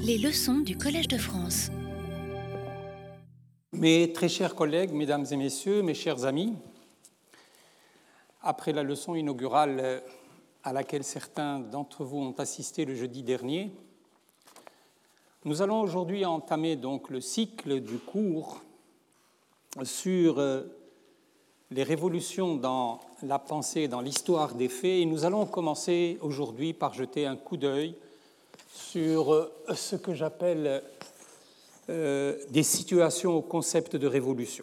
Les leçons du Collège de France. Mes très chers collègues, mesdames et messieurs, mes chers amis, après la leçon inaugurale à laquelle certains d'entre vous ont assisté le jeudi dernier, nous allons aujourd'hui entamer donc le cycle du cours sur les révolutions dans la pensée, dans l'histoire des faits, et nous allons commencer aujourd'hui par jeter un coup d'œil sur ce que j'appelle des situations au concept de révolution.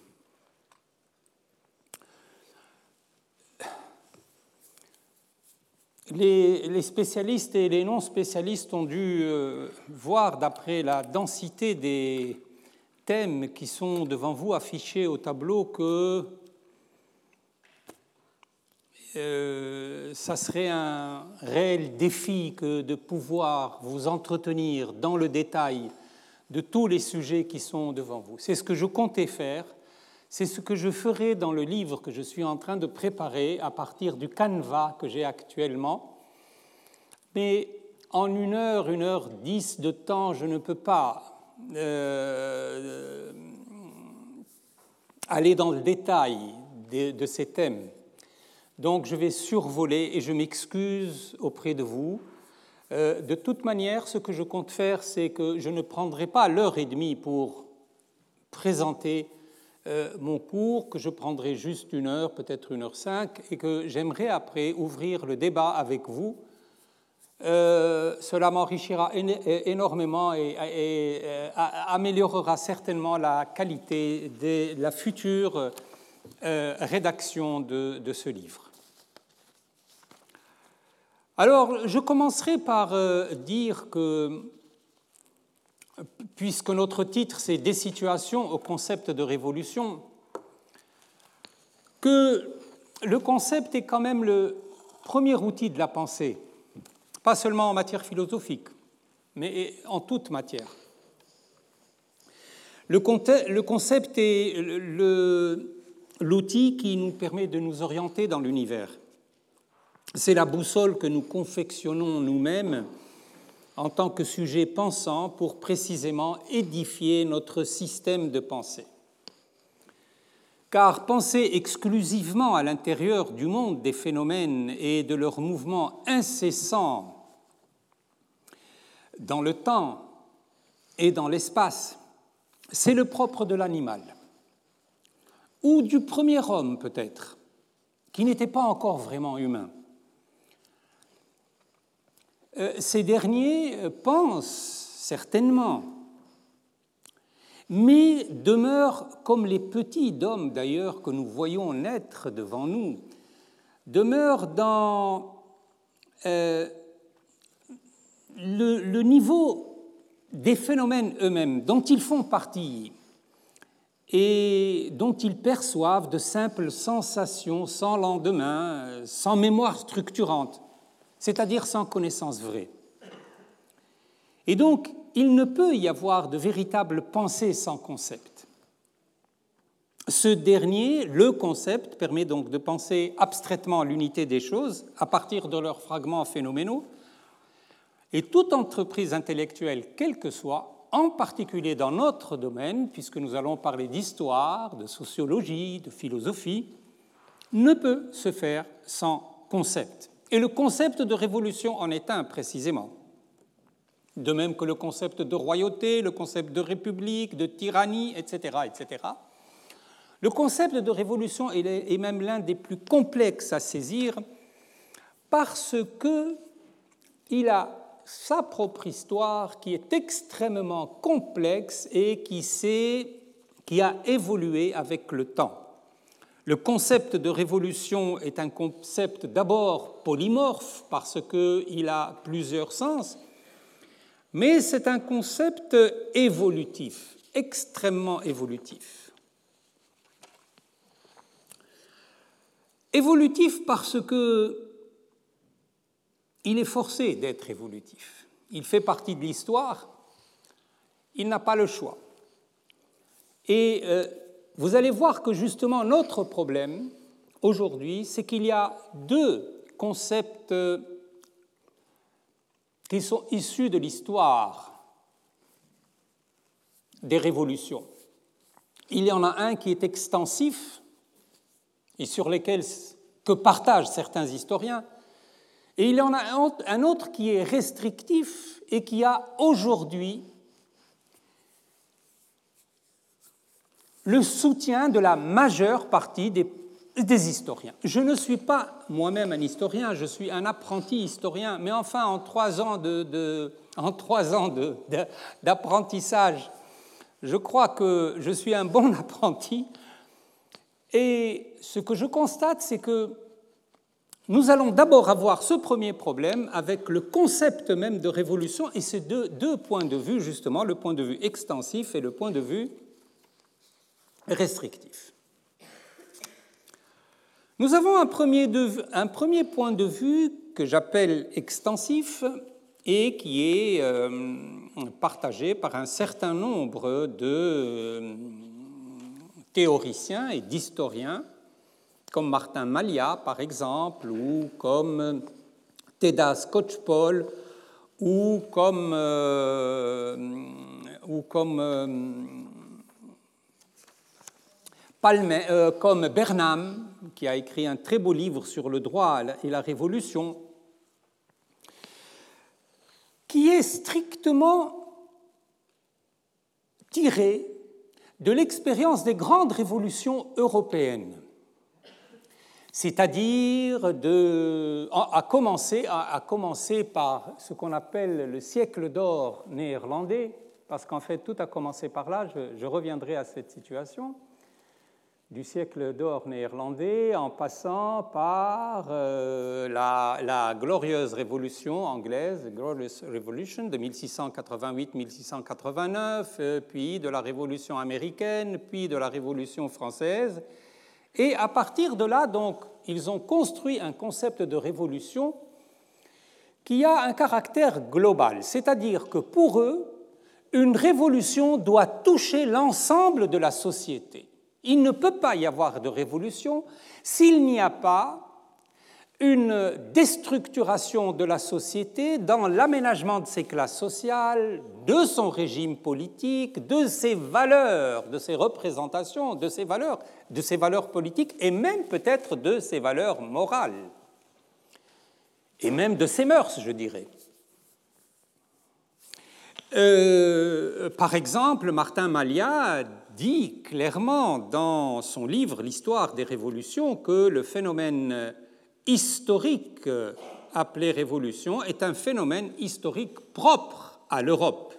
Les spécialistes et les non-spécialistes ont dû voir, d'après la densité des thèmes qui sont devant vous affichés au tableau, que ça serait un réel défi que de pouvoir vous entretenir dans le détail de tous les sujets qui sont devant vous. C'est ce que je comptais faire, c'est ce que je ferai dans le livre que je suis en train de préparer à partir du canevas que j'ai actuellement. Mais en 1h10 de temps, je ne peux pas aller dans le détail de ces thèmes. Donc je vais survoler et je m'excuse auprès de vous. De toute manière, ce que je compte faire, c'est que je ne prendrai pas l'heure et demie pour présenter mon cours, que je prendrai juste 1 heure, peut-être 1h05, et que j'aimerais après ouvrir le débat avec vous. Cela m'enrichira énormément et améliorera certainement la qualité de la future rédaction de ce livre. Alors, je commencerai par dire que, puisque notre titre c'est « Des situations au concept de révolution », que le concept est quand même le premier outil de la pensée, pas seulement en matière philosophique, mais en toute matière. Le concept est l'outil qui nous permet de nous orienter dans l'univers. C'est la boussole que nous confectionnons nous-mêmes en tant que sujet pensant pour précisément édifier notre système de pensée. Car penser exclusivement à l'intérieur du monde des phénomènes et de leurs mouvements incessants dans le temps et dans l'espace, c'est le propre de l'animal, ou du premier homme peut-être, qui n'était pas encore vraiment humain. Ces derniers pensent certainement, mais demeurent, comme les petits d'hommes d'ailleurs que nous voyons naître devant nous, demeurent dans le niveau des phénomènes eux-mêmes dont ils font partie et dont ils perçoivent de simples sensations sans lendemain, sans mémoire structurante, c'est-à-dire sans connaissance vraie. Et donc, il ne peut y avoir de véritable pensée sans concept. Ce dernier, le concept, permet donc de penser abstraitement l'unité des choses à partir de leurs fragments phénoménaux, et toute entreprise intellectuelle, quelle que soit, en particulier dans notre domaine, puisque nous allons parler d'histoire, de sociologie, de philosophie, ne peut se faire sans concept. Et le concept de révolution en est un, précisément. De même que le concept de royauté, le concept de république, de tyrannie, etc., etc. Le concept de révolution est même l'un des plus complexes à saisir parce qu'il a sa propre histoire qui est extrêmement complexe et qui a évolué avec le temps. Le concept de révolution est un concept d'abord polymorphe parce qu'il a plusieurs sens, mais c'est un concept évolutif, extrêmement évolutif. Évolutif parce qu'il est forcé d'être évolutif. Il fait partie de l'histoire, il n'a pas le choix. Et vous allez voir que justement notre problème aujourd'hui, c'est qu'il y a 2 concepts qui sont issus de l'histoire des révolutions. Il y en a un qui est extensif et sur lequel que partagent certains historiens, et il y en a un autre qui est restrictif et qui a aujourd'hui le soutien de la majeure partie des historiens. Je ne suis pas moi-même un historien, je suis un apprenti historien, mais enfin, en 3 ans d'apprentissage, je crois que je suis un bon apprenti. Et ce que je constate, c'est que nous allons d'abord avoir ce premier problème avec le concept même de révolution et ces deux points de vue, justement, le point de vue extensif et le point de vue restrictif. Nous avons un premier point de vue que j'appelle extensif et qui est partagé par un certain nombre de théoriciens et d'historiens, comme Martin Malia, par exemple, ou comme Theda Skocpol, ou comme Bernam, qui a écrit un très beau livre sur le droit et la révolution, qui est strictement tiré de l'expérience des grandes révolutions européennes, c'est-à-dire à commencer par ce qu'on appelle le siècle d'or néerlandais, parce qu'en fait tout a commencé par là, je reviendrai à cette situation, du siècle d'or néerlandais en passant par la glorieuse révolution anglaise, Glorious Revolution de 1688-1689, puis de la révolution américaine, puis de la révolution française. Et à partir de là, donc, ils ont construit un concept de révolution qui a un caractère global, c'est-à-dire que pour eux, une révolution doit toucher l'ensemble de la société. Il ne peut pas y avoir de révolution s'il n'y a pas une déstructuration de la société dans l'aménagement de ses classes sociales, de son régime politique, de ses valeurs, de ses représentations, de ses valeurs politiques et même peut-être de ses valeurs morales et même de ses mœurs, je dirais. Par exemple, Martin Malia dit clairement dans son livre « L'histoire des révolutions » que le phénomène historique appelé révolution est un phénomène historique propre à l'Europe.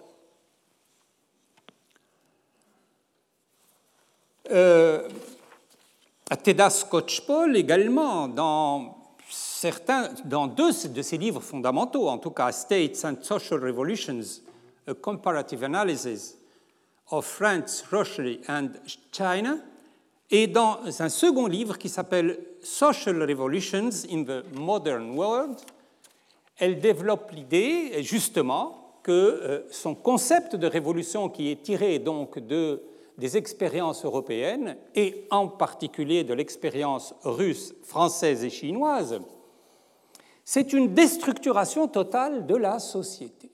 Theda Skocpol également, dans deux de ses livres fondamentaux, en tout cas « States and Social Revolutions, a Comparative Analysis of France, Russia and China », et dans un second livre qui s'appelle « Social Revolutions in the Modern World », elle développe l'idée, justement, que son concept de révolution, qui est tiré donc des expériences européennes, et en particulier de l'expérience russe, française et chinoise, c'est une déstructuration totale de la société.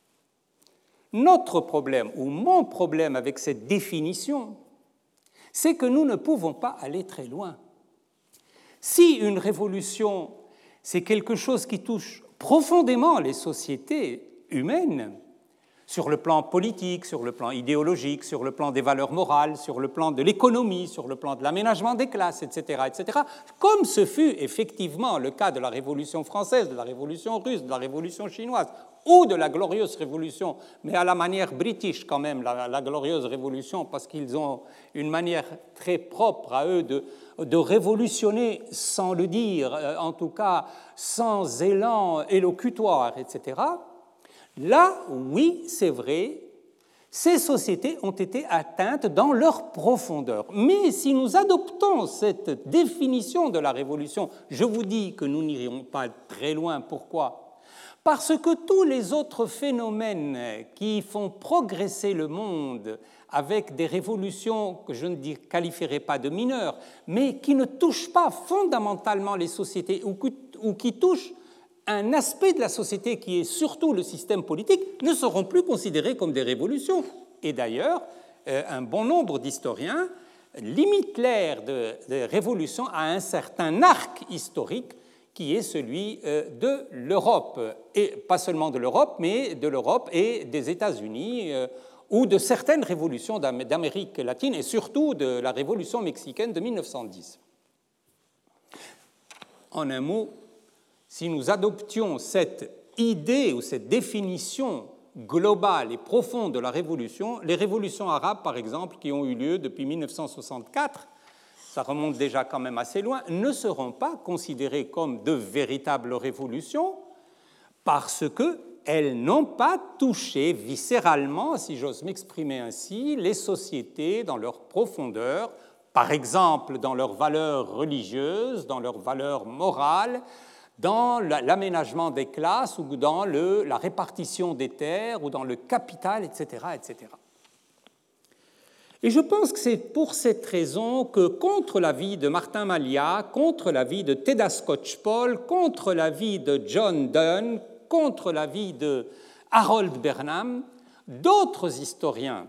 Notre problème, ou mon problème avec cette définition, c'est que nous ne pouvons pas aller très loin. Si une révolution, c'est quelque chose qui touche profondément les sociétés humaines, sur le plan politique, sur le plan idéologique, sur le plan des valeurs morales, sur le plan de l'économie, sur le plan de l'aménagement des classes, etc., comme ce fut effectivement le cas de la Révolution française, de la Révolution russe, de la Révolution chinoise, ou de la Glorieuse Révolution, mais à la manière british quand même, la Glorieuse Révolution, parce qu'ils ont une manière très propre à eux de révolutionner sans le dire, en tout cas sans élan élocutoire, etc. Là, oui, c'est vrai, ces sociétés ont été atteintes dans leur profondeur. Mais si nous adoptons cette définition de la révolution, je vous dis que nous n'irons pas très loin. Pourquoi ? Parce que tous les autres phénomènes qui font progresser le monde avec des révolutions que je ne qualifierai pas de mineures, mais qui ne touchent pas fondamentalement les sociétés ou qui touchent un aspect de la société qui est surtout le système politique, ne seront plus considérés comme des révolutions. Et d'ailleurs, un bon nombre d'historiens limitent l'ère de révolution à un certain arc historique qui est celui de l'Europe, et pas seulement de l'Europe, mais de l'Europe et des États-Unis, ou de certaines révolutions d'Amérique latine, et surtout de la révolution mexicaine de 1910. En un mot, si nous adoptions cette idée ou cette définition globale et profonde de la révolution, les révolutions arabes, par exemple, qui ont eu lieu depuis 1964, ça remonte déjà quand même assez loin, ne seront pas considérées comme de véritables révolutions parce qu'elles n'ont pas touché viscéralement, si j'ose m'exprimer ainsi, les sociétés dans leur profondeur, par exemple dans leurs valeurs religieuses, dans leurs valeurs morales, dans l'aménagement des classes ou dans la répartition des terres ou dans le capital, etc., etc. Et je pense que c'est pour cette raison que contre l'avis de Martin Malia, contre l'avis de Theda Skocpol, contre l'avis de John Donne, contre l'avis de Harold Burnham, d'autres historiens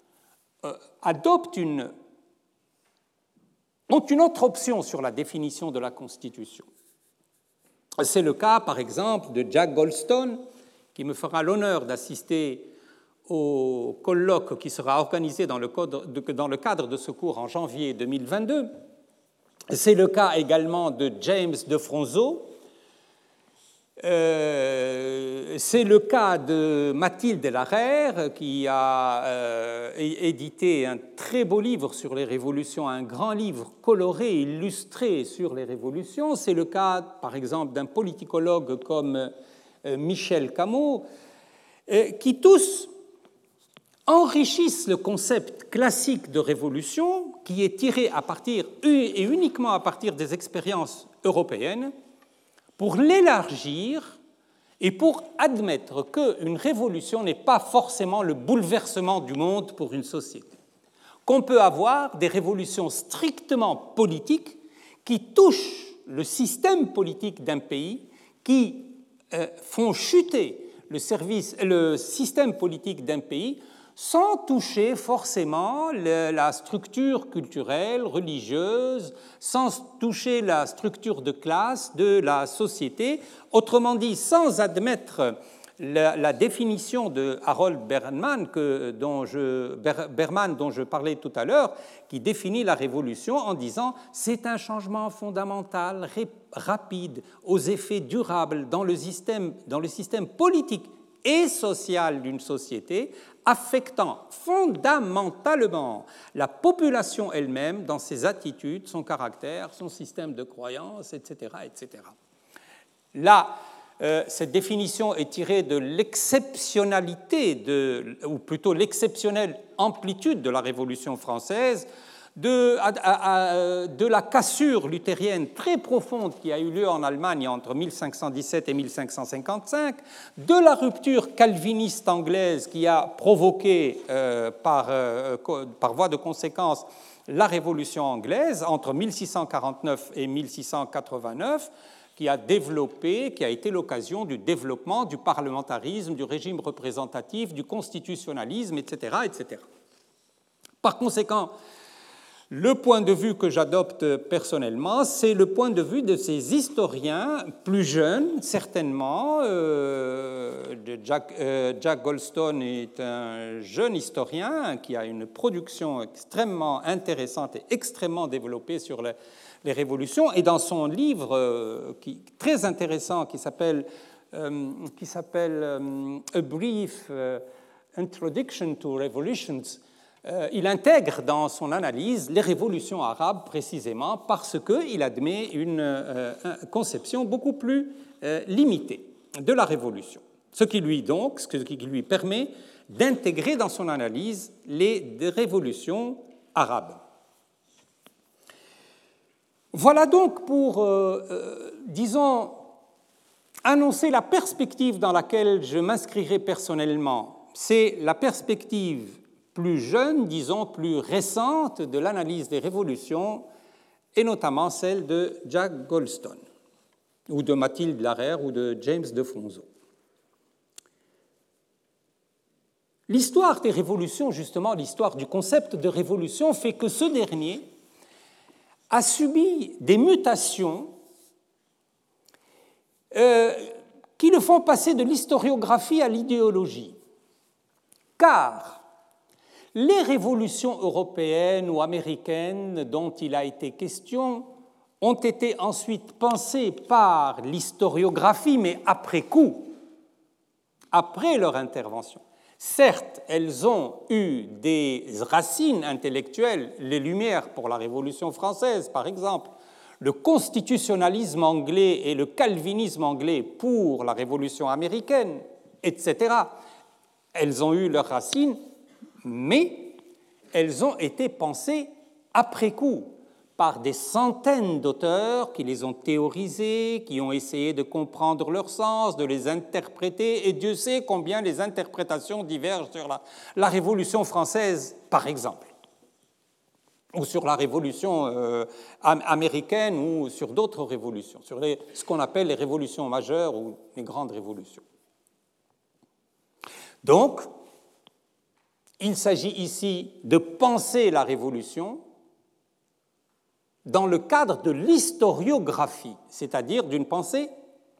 ont une autre option sur la définition de la Constitution. C'est le cas, par exemple, de Jack Goldstone, qui me fera l'honneur d'assister au colloque qui sera organisé dans le cadre de ce cours en janvier 2022. C'est le cas également de James Defronzo. C'est le cas de Mathilde Larère, qui a édité un très beau livre sur les révolutions, un grand livre coloré, illustré sur les révolutions. C'est le cas, par exemple, d'un politicologue comme Michel Camus, qui tous enrichissent le concept classique de révolution, qui est tiré à partir, et uniquement à partir des expériences européennes, pour l'élargir et pour admettre qu'une révolution n'est pas forcément le bouleversement du monde pour une société, qu'on peut avoir des révolutions strictement politiques qui touchent le système politique d'un pays, qui font chuter le système politique d'un pays sans toucher forcément la structure culturelle, religieuse, sans toucher la structure de classe de la société, autrement dit, sans admettre la définition de Harold Berman, dont je parlais tout à l'heure, qui définit la révolution en disant « c'est un changement fondamental, rapide, aux effets durables dans le système politique et social d'une société, affectant fondamentalement la population elle-même dans ses attitudes, son caractère, son système de croyances, etc. etc. » Là, cette définition est tirée de l'exceptionnalité, ou plutôt l'exceptionnelle amplitude de la Révolution française, de la cassure luthérienne très profonde qui a eu lieu en Allemagne entre 1517 et 1555, de la rupture calviniste anglaise qui a provoqué par voie de conséquence la Révolution anglaise entre 1649 et 1689, qui a été l'occasion du développement du parlementarisme, du régime représentatif, du constitutionnalisme, etc., etc. Par conséquent, le point de vue que j'adopte personnellement, c'est le point de vue de ces historiens plus jeunes, certainement. Jack Goldstone est un jeune historien qui a une production extrêmement intéressante et extrêmement développée sur les révolutions. Et dans son livre très intéressant qui s'appelle A Brief Introduction to Revolutions, il intègre dans son analyse les révolutions arabes précisément parce qu'il admet une conception beaucoup plus limitée de la révolution, ce qui lui permet d'intégrer dans son analyse les révolutions arabes. Voilà donc pour, disons, annoncer la perspective dans laquelle je m'inscrirai personnellement. C'est la perspective plus jeune, disons, plus récente de l'analyse des révolutions, et notamment celle de Jack Goldstone, ou de Mathilde Larère, ou de James Defronzo. L'histoire des révolutions, justement, l'histoire du concept de révolution fait que ce dernier a subi des mutations qui le font passer de l'historiographie à l'idéologie. Car les révolutions européennes ou américaines dont il a été question ont été ensuite pensées par l'historiographie, mais après coup, après leur intervention. Certes, elles ont eu des racines intellectuelles, les Lumières pour la Révolution française, par exemple, le constitutionnalisme anglais et le calvinisme anglais pour la Révolution américaine, etc. Elles ont eu leurs racines, mais elles ont été pensées après coup par des centaines d'auteurs qui les ont théorisées, qui ont essayé de comprendre leur sens, de les interpréter, et Dieu sait combien les interprétations divergent sur la Révolution française, par exemple, ou sur la Révolution américaine, ou sur d'autres révolutions, sur ce qu'on appelle les révolutions majeures ou les grandes révolutions. Donc, il s'agit ici de penser la Révolution dans le cadre de l'historiographie, c'est-à-dire d'une pensée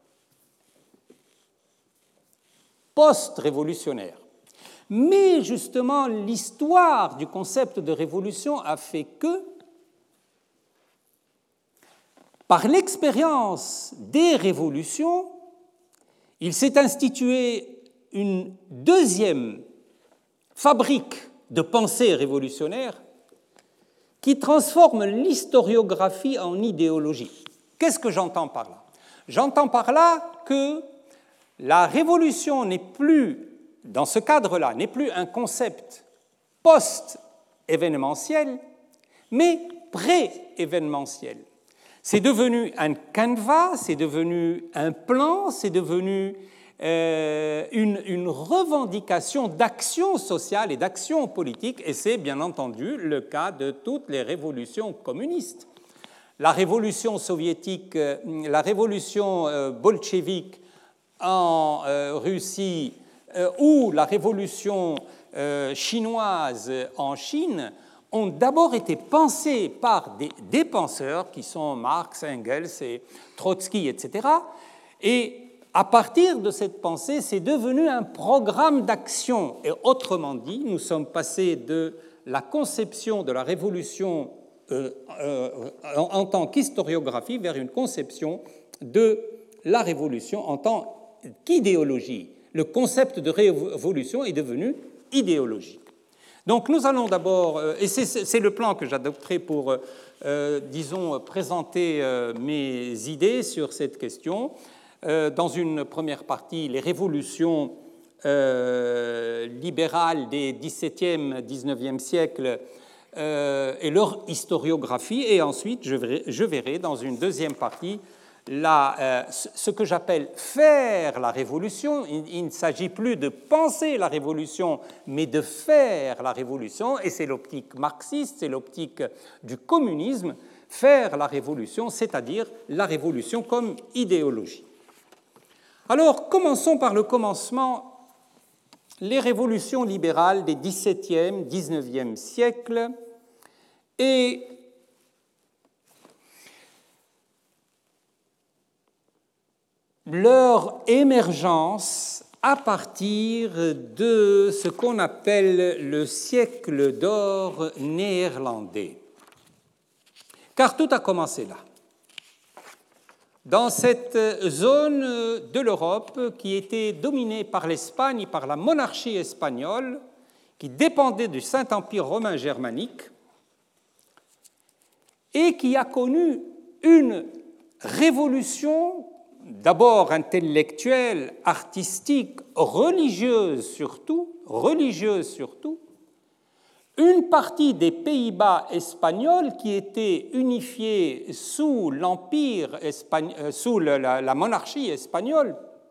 post-révolutionnaire. Mais justement, l'histoire du concept de révolution a fait que, par l'expérience des révolutions, il s'est institué une deuxième fabrique de pensée révolutionnaire qui transforme l'historiographie en idéologie. Qu'est-ce que j'entends par là? J'entends par là que la révolution n'est plus, dans ce cadre-là, n'est plus un concept post-événementiel, mais pré-événementiel. C'est devenu un canevas, c'est devenu un plan, c'est devenu une revendication d'action sociale et d'action politique, et c'est bien entendu le cas de toutes les révolutions communistes. La révolution soviétique, la révolution bolchevique en Russie ou la révolution chinoise en Chine ont d'abord été pensées par des penseurs qui sont Marx, Engels et Trotsky, etc. Et à partir de cette pensée, c'est devenu un programme d'action. Et autrement dit, nous sommes passés de la conception de la révolution en tant qu'historiographie vers une conception de la révolution en tant qu'idéologie. Le concept de révolution est devenu idéologique. Donc nous allons d'abord, et c'est le plan que j'adopterai pour, disons, présenter mes idées sur cette question. Dans une première partie, les révolutions libérales des XVIIe, XIXe siècles et leur historiographie, et ensuite je verrai dans une deuxième partie ce que j'appelle faire la révolution. Il ne s'agit plus de penser la révolution, mais de faire la révolution, et c'est l'optique marxiste, c'est l'optique du communisme, faire la révolution, c'est-à-dire la révolution comme idéologie. Alors, commençons par le commencement, les révolutions libérales des XVIIe, XIXe siècles et leur émergence à partir de ce qu'on appelle le siècle d'or néerlandais. Car tout a commencé là. Dans cette zone de l'Europe qui était dominée par l'Espagne, par la monarchie espagnole, qui dépendait du Saint-Empire romain germanique, et qui a connu une révolution, d'abord intellectuelle, artistique, religieuse surtout, une partie des Pays-Bas espagnols qui étaient unifiés sous l'empire espagnol, sous la monarchie espagnole,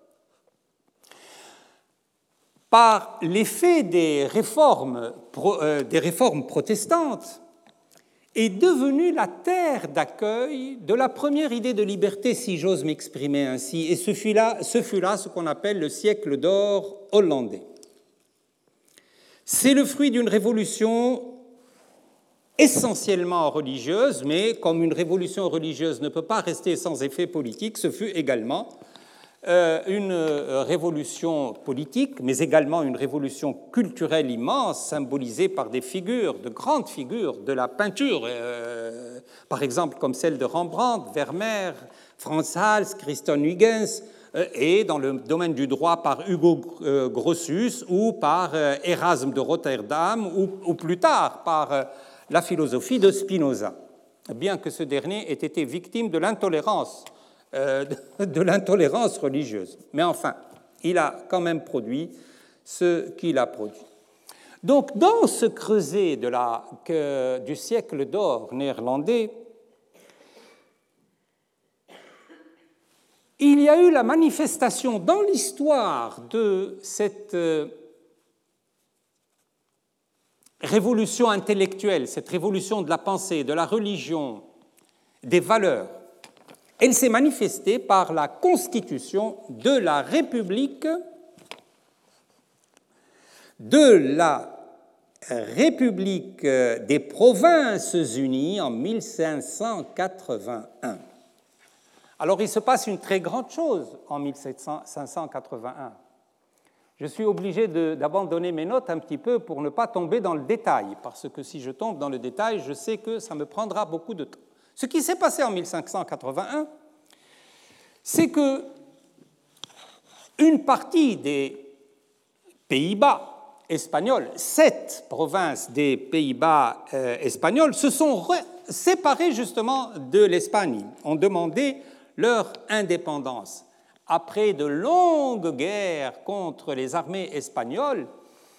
par l'effet des réformes protestantes, est devenue la terre d'accueil de la première idée de liberté, si j'ose m'exprimer ainsi, et ce fut là ce qu'on appelle le siècle d'or hollandais. C'est le fruit d'une révolution essentiellement religieuse, mais comme une révolution religieuse ne peut pas rester sans effet politique, ce fut également une révolution politique, mais également une révolution culturelle immense, symbolisée par des figures, de grandes figures de la peinture, par exemple comme celle de Rembrandt, Vermeer, Frans Hals, Christian Huygens, et dans le domaine du droit par Hugo Grotius ou par Erasme de Rotterdam ou plus tard par la philosophie de Spinoza, bien que ce dernier ait été victime de l'intolérance religieuse. Mais enfin, il a quand même produit ce qu'il a produit. Donc, dans ce creuset du siècle d'or néerlandais, il y a eu la manifestation dans l'histoire de cette révolution intellectuelle, cette révolution de la pensée, de la religion, des valeurs. Elle s'est manifestée par la constitution de la République des Provinces-Unies en 1581. Alors, il se passe une très grande chose en 1581. Je suis obligé d'abandonner mes notes un petit peu pour ne pas tomber dans le détail, parce que si je tombe dans le détail, je sais que ça me prendra beaucoup de temps. Ce qui s'est passé en 1581, c'est que une partie des Pays-Bas espagnols, 7 provinces des Pays-Bas espagnols, se sont séparées justement de l'Espagne, ont demandé leur indépendance. Après de longues guerres contre les armées espagnoles,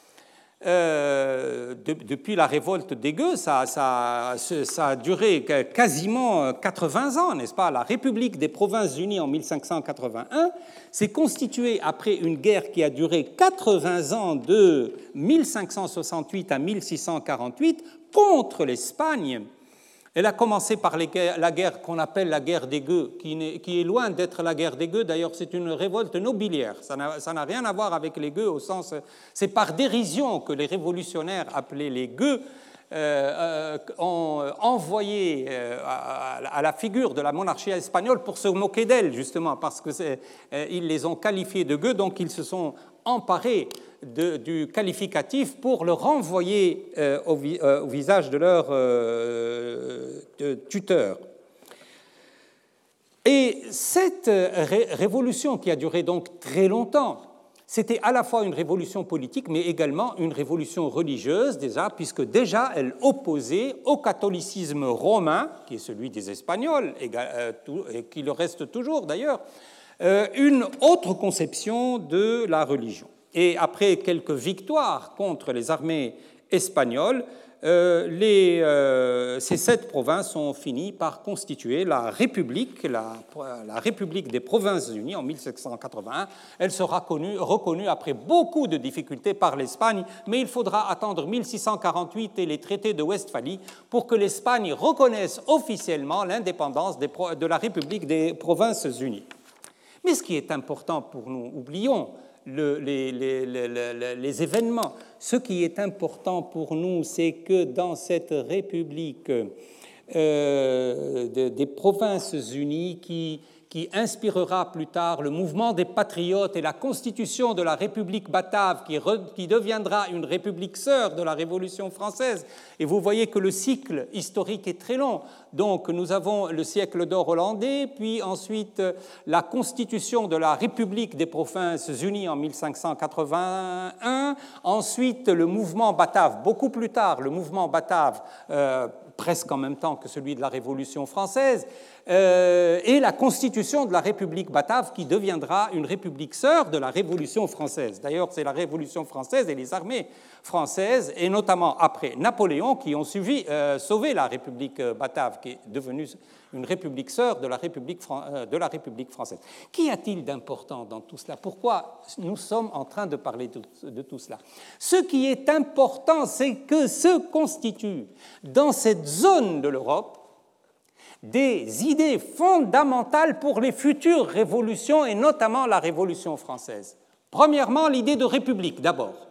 depuis la révolte des Gueux, ça a duré quasiment 80 ans, n'est-ce pas? La République des Provinces-Unies en 1581 s'est constituée après une guerre qui a duré 80 ans de 1568 à 1648 contre l'Espagne. Elle a commencé par la guerre qu'on appelle la guerre des Gueux, qui est loin d'être la guerre des Gueux. D'ailleurs, c'est une révolte nobiliaire. Ça n'a rien à voir avec les Gueux au sens... C'est par dérision que les révolutionnaires appelés les Gueux ont envoyé à la figure de la monarchie espagnole pour se moquer d'elle, justement, parce qu'ils les ont qualifiés de Gueux, donc ils se sont emparés du qualificatif pour le renvoyer au visage de leur tuteur. Et cette révolution qui a duré donc très longtemps, c'était à la fois une révolution politique, mais également une révolution religieuse, déjà, puisque déjà elle opposait au catholicisme romain, qui est celui des Espagnols, et qui le reste toujours d'ailleurs, une autre conception de la religion. Et après quelques victoires contre les armées espagnoles, ces 7 provinces ont fini par constituer la République des Provinces-Unies en 1781. Elle sera reconnue après beaucoup de difficultés par l'Espagne, mais il faudra attendre 1648 et les traités de Westphalie pour que l'Espagne reconnaisse officiellement l'indépendance de la République des Provinces-Unies. Mais ce qui est important pour nous, oublions les événements. Ce qui est important pour nous, c'est que dans cette République des Provinces-Unies qui inspirera plus tard le mouvement des patriotes et la constitution de la République batave qui deviendra une république sœur de la Révolution française. Et vous voyez que le cycle historique est très long. Donc nous avons le siècle d'or hollandais, puis ensuite la constitution de la République des Provinces-Unies en 1581, ensuite le mouvement batave, beaucoup plus tard, le mouvement batave, presque en même temps que celui de la Révolution française, et la constitution de la République batave qui deviendra une république sœur de la Révolution française. D'ailleurs, c'est la Révolution française et les armées françaises, et notamment après Napoléon, qui ont sauvé la République batave, qui est devenue une république sœur de la République française. Qu'y a-t-il d'important dans tout cela? Pourquoi nous sommes en train de parler de tout cela? Ce qui est important, c'est que se constituent dans cette zone de l'Europe des idées fondamentales pour les futures révolutions, et notamment la Révolution française. Premièrement, l'idée de république, d'abord.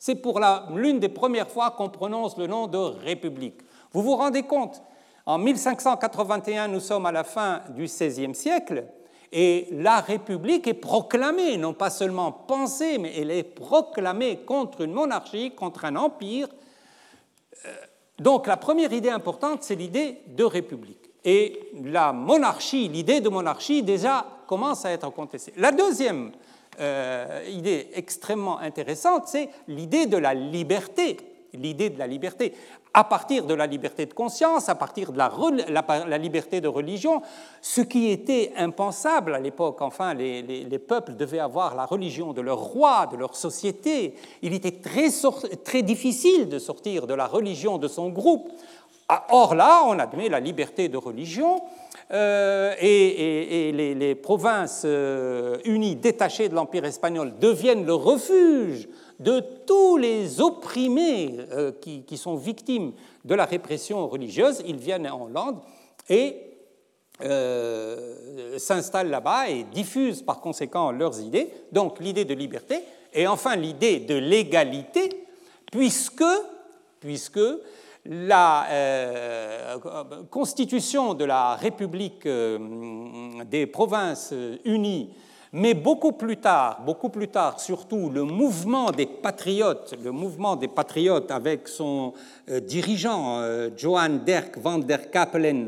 C'est pour l'une des premières fois qu'on prononce le nom de république. Vous vous rendez compte? En 1581, nous sommes à la fin du XVIe siècle, et la République est proclamée, non pas seulement pensée, mais elle est proclamée contre une monarchie, contre un empire. Donc la première idée importante, c'est l'idée de République. Et la monarchie, l'idée de monarchie, déjà commence à être contestée. La deuxième idée extrêmement intéressante, c'est l'idée de la liberté. L'idée de la liberté, à partir de la liberté de conscience, à partir de la liberté de religion, ce qui était impensable à l'époque. Enfin, les peuples devaient avoir la religion de leur roi, de leur société. Il était très difficile de sortir de la religion de son groupe. Or là, on admet la liberté de religion, et les provinces unies détachées de l'Empire espagnol deviennent le refuge de tous les opprimés qui sont victimes de la répression religieuse. Ils viennent en Hollande et s'installent là-bas et diffusent par conséquent leurs idées, donc l'idée de liberté, et enfin l'idée de l'égalité, puisque la constitution de la République des provinces unies, mais beaucoup plus tard, surtout le mouvement des patriotes avec son dirigeant, Johan Derk van der Capellen,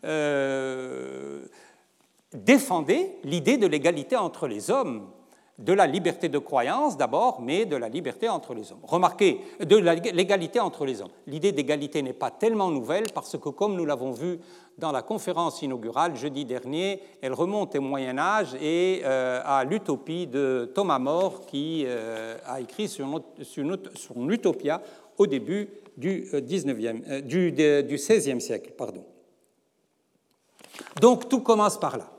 défendait l'idée de l'égalité entre les hommes, de la liberté de croyance d'abord, mais de la liberté entre les hommes. Remarquez, de l'égalité entre les hommes. L'idée d'égalité n'est pas tellement nouvelle parce que, comme nous l'avons vu dans la conférence inaugurale jeudi dernier, elle remonte au Moyen-Âge et à l'utopie de Thomas More qui a écrit son Utopia au début du XVIe siècle. Pardon. Donc tout commence par là.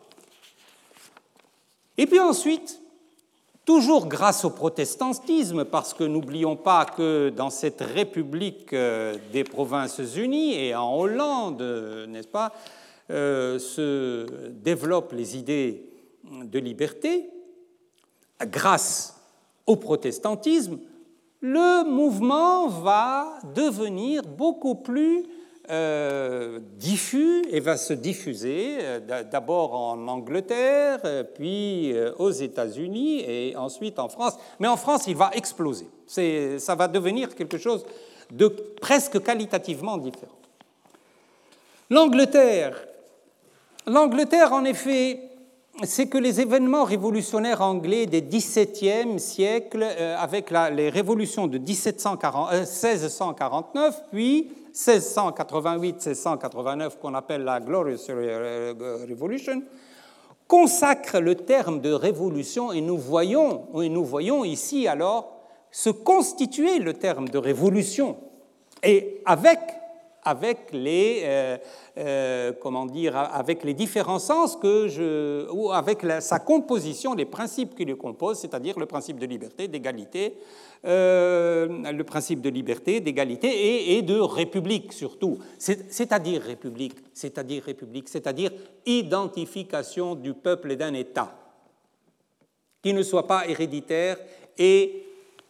Et puis ensuite, toujours grâce au protestantisme, parce que n'oublions pas que dans cette République des Provinces-Unies et en Hollande, n'est-ce pas, se développent les idées de liberté, grâce au protestantisme, le mouvement va devenir beaucoup plus diffus et va se diffuser d'abord en Angleterre, puis aux États-Unis et ensuite en France. Mais en France, il va exploser. Ça va devenir quelque chose de presque qualitativement différent. L'Angleterre, en effet, c'est que les événements révolutionnaires anglais des XVIIe siècle, avec les révolutions de 1649, puis 1688-1689, qu'on appelle la Glorious Revolution, consacre le terme de révolution, et nous voyons ici alors se constituer le terme de révolution, et avec les différents sens ou avec sa composition, les principes qui le composent, c'est-à-dire le principe de liberté, d'égalité, le principe de liberté, d'égalité et de république surtout, c'est-à-dire identification du peuple et d'un État qui ne soit pas héréditaire et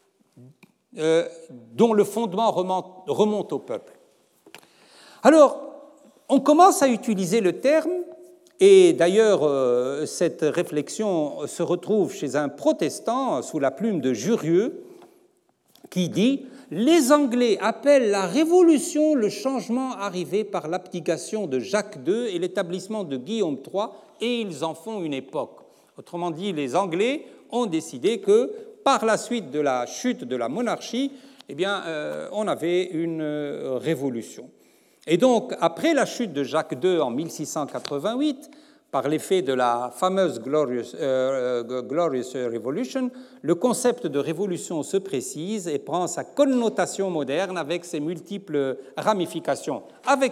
dont le fondement remonte au peuple. Alors, on commence à utiliser le terme, et d'ailleurs, cette réflexion se retrouve chez un protestant sous la plume de Jurieu, qui dit « Les Anglais appellent la Révolution le changement arrivé par l'abdication de Jacques II et l'établissement de Guillaume III, et ils en font une époque. » Autrement dit, les Anglais ont décidé que, par la suite de la chute de la monarchie, eh bien, on avait une révolution. Et donc, après la chute de Jacques II en 1688, par l'effet de la fameuse Glorious Revolution, le concept de révolution se précise et prend sa connotation moderne avec ses multiples ramifications.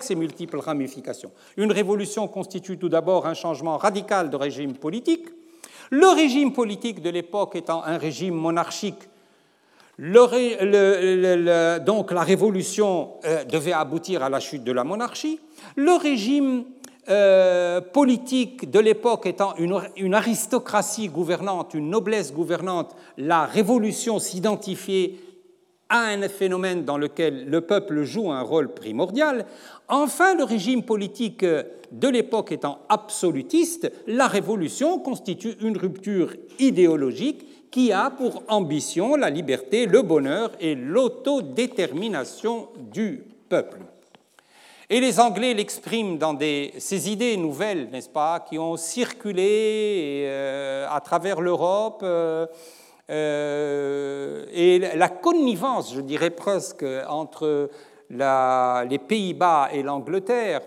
Une révolution constitue tout d'abord un changement radical de régime politique. Le régime politique de l'époque étant un régime monarchique, donc la révolution devait aboutir à la chute de la monarchie. Le régime politique de l'époque étant une aristocratie gouvernante, une noblesse gouvernante, la révolution s'identifiait à un phénomène dans lequel le peuple joue un rôle primordial. Enfin, le régime politique de l'époque étant absolutiste, la Révolution constitue une rupture idéologique qui a pour ambition la liberté, le bonheur et l'autodétermination du peuple. Et les Anglais l'expriment dans ces idées nouvelles, n'est-ce pas, qui ont circulé à travers l'Europe, et la connivence, je dirais presque, entre les Pays-Bas et l'Angleterre.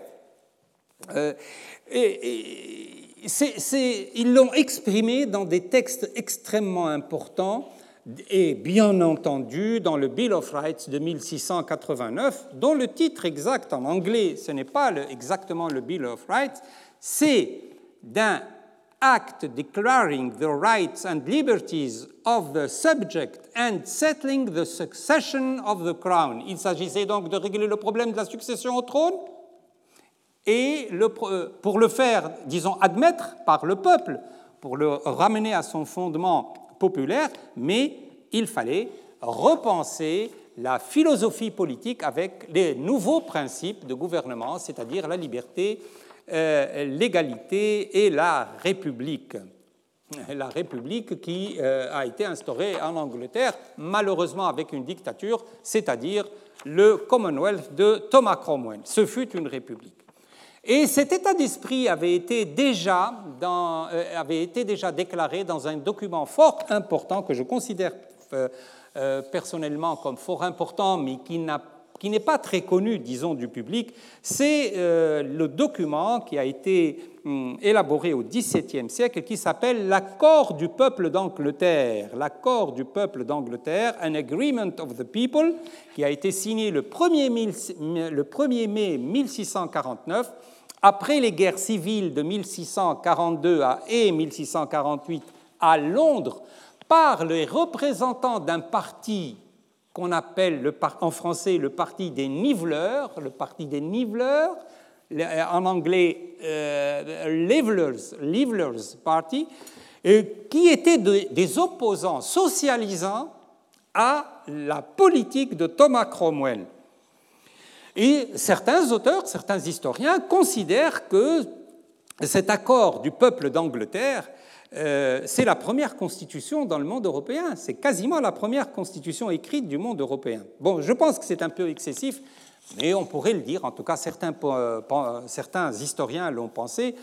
Ils l'ont exprimé dans des textes extrêmement importants et bien entendu dans le Bill of Rights de 1689, dont le titre exact en anglais, ce n'est pas exactement le Bill of Rights, c'est d'un Act declaring the rights and liberties of the subject and settling the succession of the crown. Il s'agissait donc de régler le problème de la succession au trône et pour le faire, disons, admettre par le peuple, pour le ramener à son fondement populaire, mais il fallait repenser la philosophie politique avec les nouveaux principes de gouvernement, c'est-à-dire la liberté, l'égalité et la République. La République qui a été instaurée en Angleterre, malheureusement avec une dictature, c'est-à-dire le Commonwealth de Thomas Cromwell. Ce fut une république. Et cet état d'esprit avait été déjà déclaré dans un document fort important que je considère personnellement comme fort important, mais qui n'est pas très connu, disons, du public. C'est le document qui a été élaboré au XVIIe siècle et qui s'appelle l'Accord du peuple d'Angleterre. L'Accord du peuple d'Angleterre, An Agreement of the People, qui a été signé le 1er mai 1649, après les guerres civiles de 1642 et 1648 à Londres, par les représentants d'un parti qu'on appelle en français le parti des niveleurs, en anglais Levelers Party, qui étaient des opposants socialisants à la politique de Thomas Cromwell. Et certains auteurs, certains historiens considèrent que cet accord du peuple d'Angleterre, c'est la première constitution dans le monde européen. C'est quasiment la première constitution écrite du monde européen. Bon, je pense que c'est un peu excessif, mais on pourrait le dire. En tout cas, certains historiens l'ont pensé,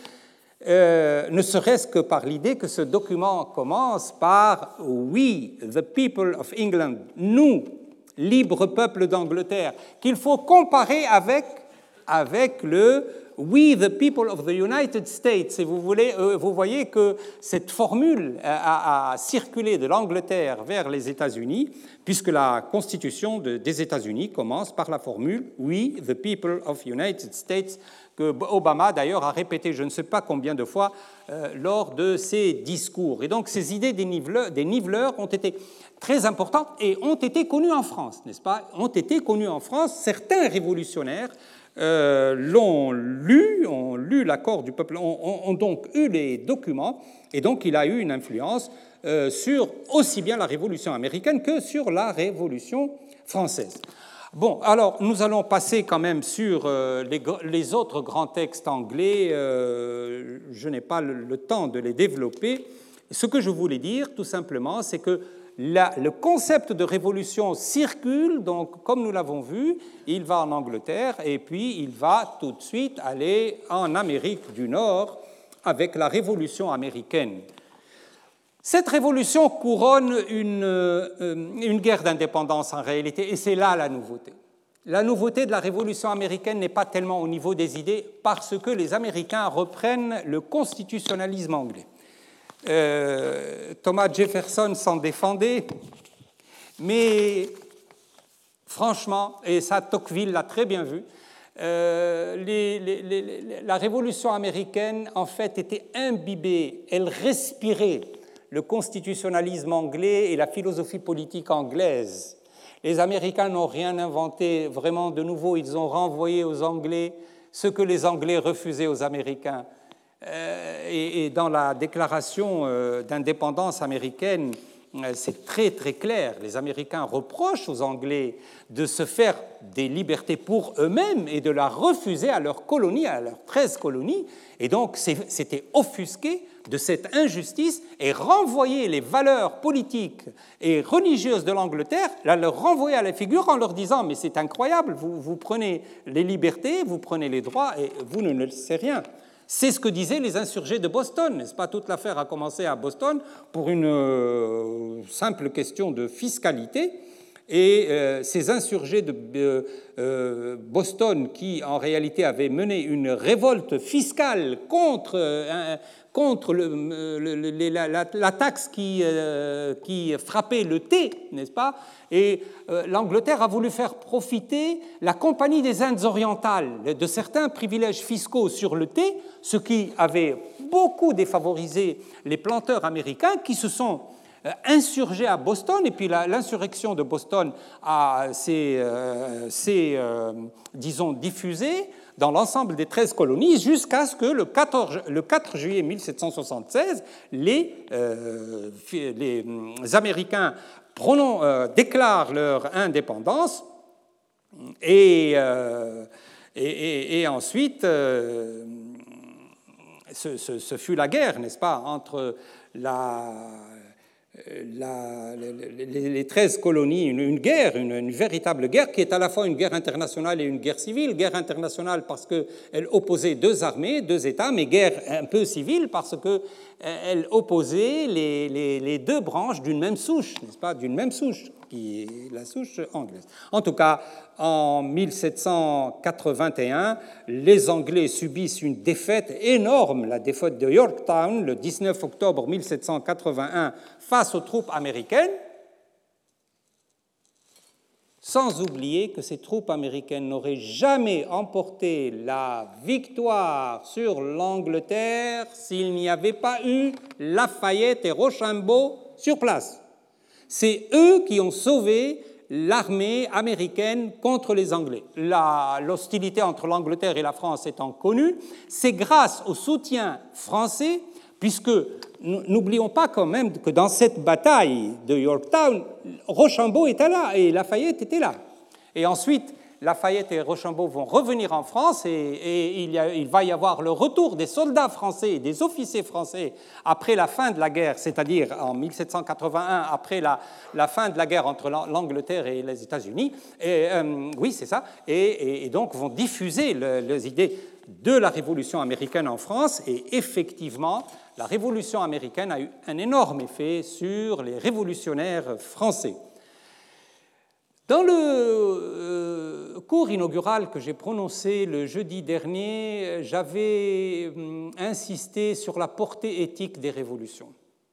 ne serait-ce que par l'idée que ce document commence par « We, the people of England », nous, libre peuple d'Angleterre, qu'il faut comparer avec le « We, the people of the United States ». Et vous voyez que cette formule a circulé de l'Angleterre vers les États-Unis, puisque la Constitution des États-Unis commence par la formule « We, the people of United States », que Obama, d'ailleurs, a répété je ne sais pas combien de fois lors de ses discours. Et donc, ces idées des niveleurs ont été très importantes et ont été connues en France, n'est-ce pas? Ont été connues en France. Certains révolutionnaires ont lu l'accord du peuple, ont donc eu les documents, et donc il a eu une influence sur aussi bien la Révolution américaine que sur la Révolution française. Bon, alors nous allons passer quand même sur les autres grands textes anglais. Je n'ai pas le temps de les développer. Ce que je voulais dire, tout simplement, c'est que le concept de révolution circule, donc comme nous l'avons vu, il va en Angleterre et puis il va tout de suite aller en Amérique du Nord avec la Révolution américaine. Cette révolution couronne une guerre d'indépendance en réalité, et c'est là la nouveauté. La nouveauté de la Révolution américaine n'est pas tellement au niveau des idées, parce que les Américains reprennent le constitutionnalisme anglais. Thomas Jefferson s'en défendait, mais franchement, et ça Tocqueville l'a très bien vu, la Révolution américaine en fait était imbibée, elle respirait le constitutionnalisme anglais et la philosophie politique anglaise. Les Américains n'ont rien inventé vraiment de nouveau, ils ont renvoyé aux Anglais ce que les Anglais refusaient aux Américains. Et dans la déclaration d'indépendance américaine c'est très très clair. Les Américains reprochent aux Anglais de se faire des libertés pour eux-mêmes et de la refuser à leurs colonies, à leurs 13 colonies. Et donc, c'était offusqué de cette injustice et renvoyer les valeurs politiques et religieuses de l'Angleterre, leur renvoyer à la figure en leur disant « mais c'est incroyable, vous prenez les libertés, vous prenez les droits et vous ne laissez rien ». C'est ce que disaient les insurgés de Boston, n'est-ce pas? Toute l'affaire a commencé à Boston pour une simple question de fiscalité. Et ces insurgés de Boston, qui en réalité avaient mené une révolte fiscale contre la taxe qui frappait le thé, n'est-ce pas? Et l'Angleterre a voulu faire profiter la Compagnie des Indes orientales de certains privilèges fiscaux sur le thé, ce qui avait beaucoup défavorisé les planteurs américains qui se sont insurgés à Boston, et puis l'insurrection de Boston s'est disons, diffusée dans l'ensemble des 13 colonies jusqu'à ce que le 4 juillet 1776, les Américains déclarent leur indépendance et ensuite ce fut la guerre, n'est-ce pas, entre les 13 colonies, une guerre, une véritable guerre qui est à la fois une guerre internationale et une guerre civile. Guerre internationale parce qu'elle opposait deux armées, deux États, mais guerre un peu civile parce qu'elle opposait les deux branches d'une même souche, n'est-ce pas, d'une même souche, qui est la souche anglaise. En tout cas, en 1781, les Anglais subissent une défaite énorme, la défaite de Yorktown, le 19 octobre 1781, face aux troupes américaines, sans oublier que ces troupes américaines n'auraient jamais emporté la victoire sur l'Angleterre s'il n'y avait pas eu Lafayette et Rochambeau sur place. C'est eux qui ont sauvé l'armée américaine contre les Anglais. L'hostilité entre l'Angleterre et la France étant connue, c'est grâce au soutien français, puisque n'oublions pas quand même que dans cette bataille de Yorktown, Rochambeau était là et Lafayette était là. Et ensuite, Lafayette et Rochambeau vont revenir en France et il va y avoir le retour des soldats français et des officiers français après la fin de la guerre, c'est-à-dire en 1781, après la fin de la guerre entre l'Angleterre et les États-Unis. Oui, c'est ça. Et donc vont diffuser les idées de la Révolution américaine en France. Et effectivement, la Révolution américaine a eu un énorme effet sur les révolutionnaires français. Dans le cours inaugural que j'ai prononcé le jeudi dernier, j'avais insisté sur la portée éthique des révolutions.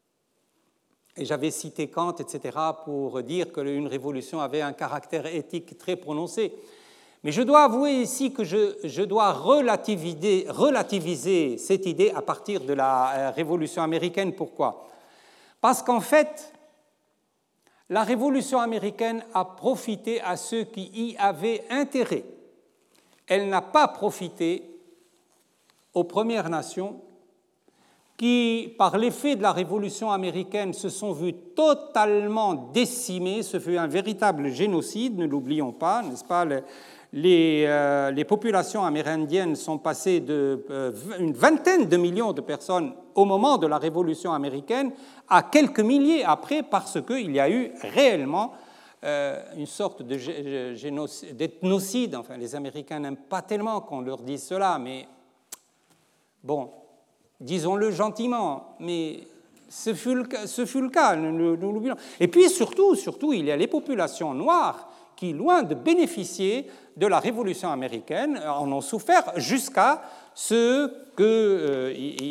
Et j'avais cité Kant, etc., pour dire qu'une révolution avait un caractère éthique très prononcé. Mais je dois avouer ici que je dois relativiser cette idée à partir de la Révolution américaine. Pourquoi? Parce qu'en fait, la Révolution américaine a profité à ceux qui y avaient intérêt. Elle n'a pas profité aux Premières Nations qui, par l'effet de la Révolution américaine, se sont vues totalement décimées. Ce fut un véritable génocide, ne l'oublions pas, n'est-ce pas? Les populations amérindiennes sont passées d'une vingtaine de millions de personnes au moment de la Révolution américaine à quelques milliers après, parce qu'il y a eu réellement une sorte d'ethnocide. Enfin, les Américains n'aiment pas tellement qu'on leur dise cela, mais bon, disons-le gentiment, mais ce fut le cas. Et puis surtout, il y a les populations noires qui, loin de bénéficier de la Révolution américaine, en ont souffert jusqu'à ce que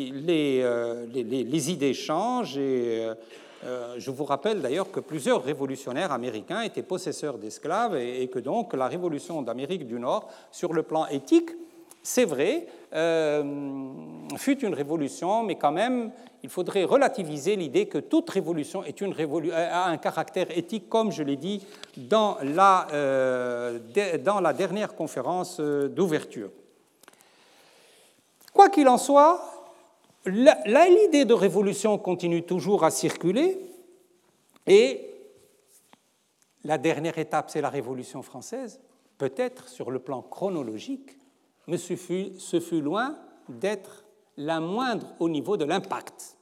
les idées changent. Et je vous rappelle d'ailleurs que plusieurs révolutionnaires américains étaient possesseurs d'esclaves et que donc la Révolution d'Amérique du Nord, sur le plan éthique, c'est vrai, fut une révolution, mais quand même, il faudrait relativiser l'idée que toute révolution a un caractère éthique, comme je l'ai dit dans la dernière conférence d'ouverture. Quoi qu'il en soit, l'idée de révolution continue toujours à circuler, Et la dernière étape, c'est la Révolution française. Peut-être, sur le plan chronologique, mais ce fut loin d'être la moindre au niveau de l'impact.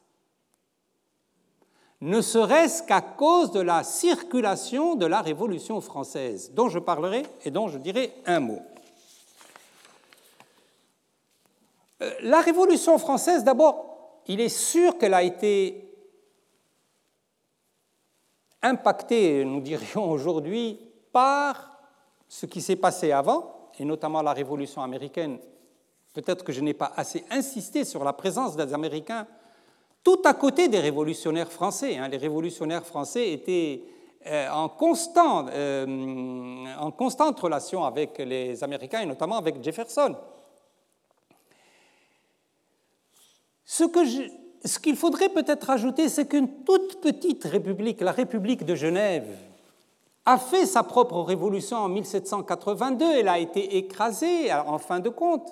Ne serait-ce qu'à cause de la circulation de la Révolution française, dont je parlerai et dont je dirai un mot. La Révolution française, d'abord, il est sûr qu'elle a été impactée, nous dirions aujourd'hui, par ce qui s'est passé avant, et notamment la Révolution américaine. Peut-être que je n'ai pas assez insisté sur la présence des Américains tout à côté des révolutionnaires français. Les révolutionnaires français étaient en constante relation avec les Américains, et notamment avec Jefferson. Ce qu'il faudrait peut-être ajouter, c'est qu'une toute petite république, la République de Genève, a fait sa propre révolution en 1782. Elle a été écrasée en fin de compte.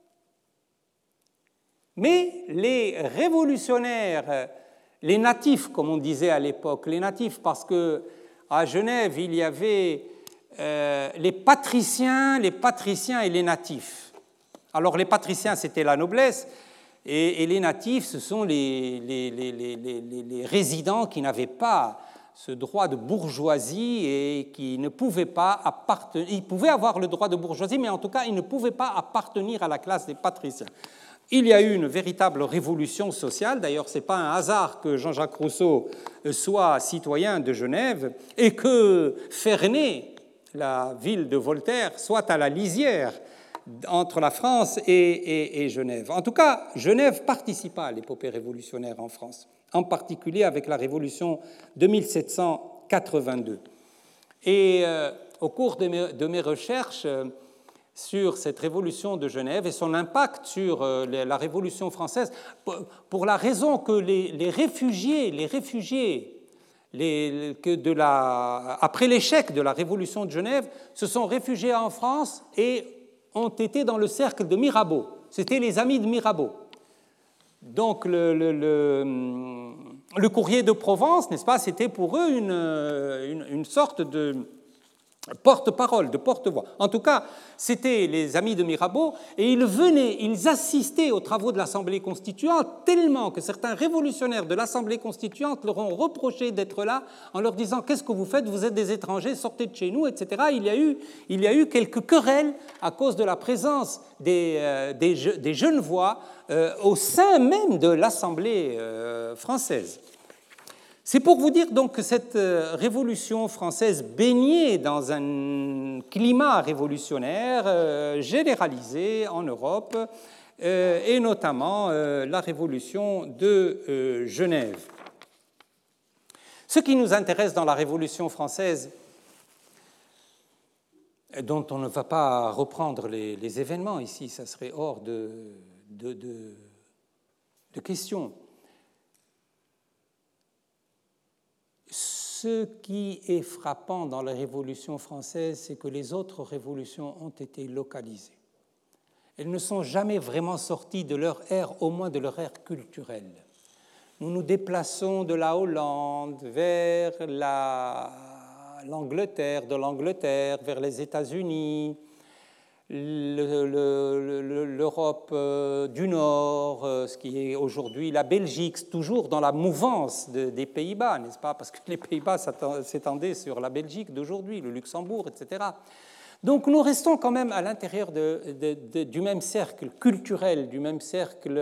Mais les révolutionnaires, les natifs, comme on disait à l'époque, les natifs, parce qu'à Genève, il y avait les patriciens et les natifs. Alors les patriciens, c'était la noblesse, et les natifs, ce sont les résidents qui n'avaient pas ce droit de bourgeoisie et qui ne pouvaient pas appartenir. Ils pouvaient avoir le droit de bourgeoisie, mais en tout cas, ils ne pouvaient pas appartenir à la classe des patriciens. Il y a eu une véritable révolution sociale. D'ailleurs, ce n'est pas un hasard que Jean-Jacques Rousseau soit citoyen de Genève et que Ferney, la ville de Voltaire, soit à la lisière entre la France et Genève. En tout cas, Genève participa à l'épopée révolutionnaire en France, en particulier avec la Révolution de 1782. Et au cours de mes recherches sur cette révolution de Genève et son impact sur la Révolution française, pour la raison que les réfugiés après l'échec de la Révolution de Genève, se sont réfugiés en France et ont été dans le cercle de Mirabeau. C'était les amis de Mirabeau. Donc le courrier de Provence, n'est-ce pas, c'était pour eux une sorte de porte-parole, de porte-voix. En tout cas, c'était les amis de Mirabeau, et ils assistaient aux travaux de l'Assemblée constituante tellement que certains révolutionnaires de l'Assemblée constituante leur ont reproché d'être là en leur disant « Qu'est-ce que vous faites? Vous êtes des étrangers, sortez de chez nous, etc. » Il y a eu quelques querelles à cause de la présence des Genevois au sein même de l'Assemblée française. C'est pour vous dire donc que cette révolution française baignait dans un climat révolutionnaire généralisé en Europe, et notamment la révolution de Genève. Ce qui nous intéresse dans la Révolution française, dont on ne va pas reprendre les événements ici, ça serait hors de question. Ce qui est frappant dans la Révolution française, c'est que les autres révolutions ont été localisées. Elles ne sont jamais vraiment sorties de leur ère, au moins de leur ère culturelle. Nous nous déplaçons de la Hollande vers l'Angleterre, de l'Angleterre vers les États-Unis, l'Europe du Nord, ce qui est aujourd'hui la Belgique, toujours dans la mouvance des Pays-Bas, n'est-ce pas? Parce que les Pays-Bas s'étendaient sur la Belgique d'aujourd'hui, le Luxembourg, etc. Donc nous restons quand même à l'intérieur du même cercle culturel, du même cercle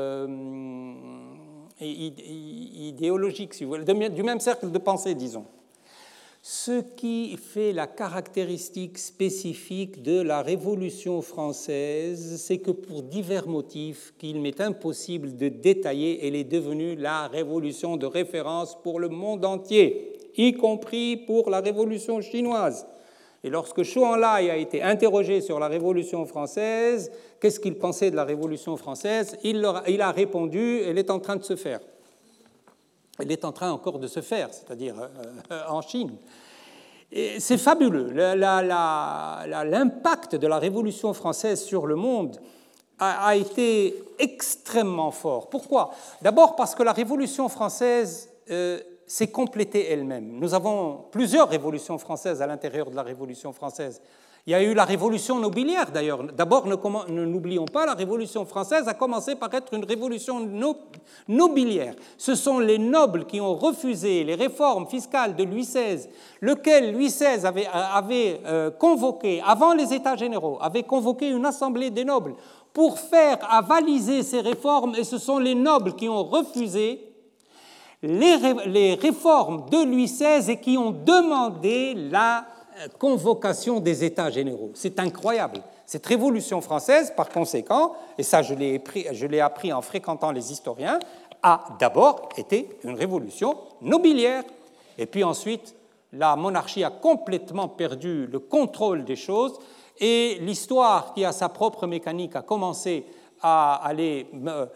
idéologique, si vous voulez, du même cercle de pensée, disons. Ce qui fait la caractéristique spécifique de la Révolution française, c'est que pour divers motifs qu'il m'est impossible de détailler, elle est devenue la révolution de référence pour le monde entier, y compris pour la Révolution chinoise. Et lorsque Zhou Enlai a été interrogé sur la Révolution française, qu'est-ce qu'il pensait de la Révolution française? Il a répondu « elle est en train de se faire ». Elle est en train encore de se faire, c'est-à-dire en Chine. Et c'est fabuleux. L'impact de la Révolution française sur le monde a été extrêmement fort. Pourquoi? D'abord parce que la Révolution française s'est complétée elle-même. Nous avons plusieurs révolutions françaises à l'intérieur de la Révolution française. Il y a eu la révolution nobiliaire, d'ailleurs. D'abord, n'oublions pas, la Révolution française a commencé par être une révolution nobiliaire. Ce sont les nobles qui ont refusé les réformes fiscales de Louis XVI, lequel Louis XVI avait convoqué, avant les États généraux, avait convoqué une assemblée des nobles pour faire avaliser ces réformes, et ce sont les nobles qui ont refusé les réformes de Louis XVI et qui ont demandé la convocation des États généraux. C'est incroyable. Cette révolution française, par conséquent, et ça je l'ai appris en fréquentant les historiens, a d'abord été une révolution nobiliaire. Et puis ensuite, la monarchie a complètement perdu le contrôle des choses et l'histoire, qui a sa propre mécanique, a commencé à aller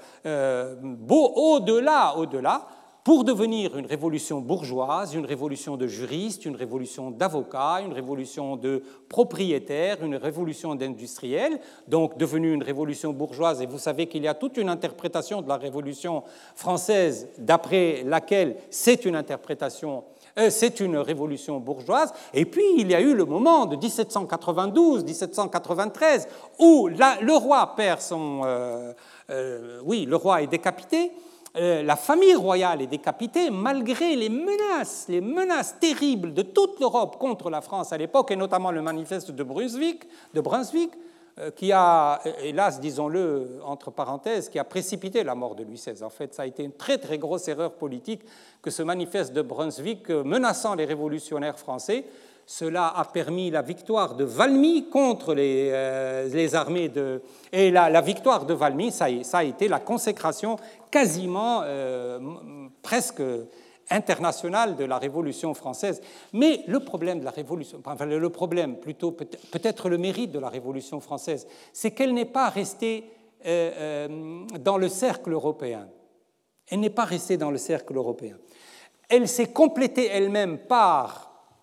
au-delà, pour devenir une révolution bourgeoise, une révolution de juristes, une révolution d'avocats, une révolution de propriétaires, une révolution d'industriels, donc devenue une révolution bourgeoise. Et vous savez qu'il y a toute une interprétation de la Révolution française d'après laquelle c'est une révolution bourgeoise. Et puis, il y a eu le moment de 1792-1793 où le roi perd son... le roi est décapité. La famille royale est décapitée malgré les menaces terribles de toute l'Europe contre la France à l'époque, et notamment le manifeste de Brunswick, qui a, hélas, disons-le entre parenthèses, qui a précipité la mort de Louis XVI. En fait, ça a été une très très grosse erreur politique que ce manifeste de Brunswick, menaçant les révolutionnaires français. Cela a permis la victoire de Valmy contre les armées de... Et la victoire de Valmy, ça a été la consécration quasiment presque internationale de la Révolution française. Mais le problème de la Révolution, enfin le problème, plutôt peut-être le mérite de la Révolution française, c'est qu'elle n'est pas restée dans le cercle européen. Elle n'est pas restée dans le cercle européen. Elle s'est complétée elle-même par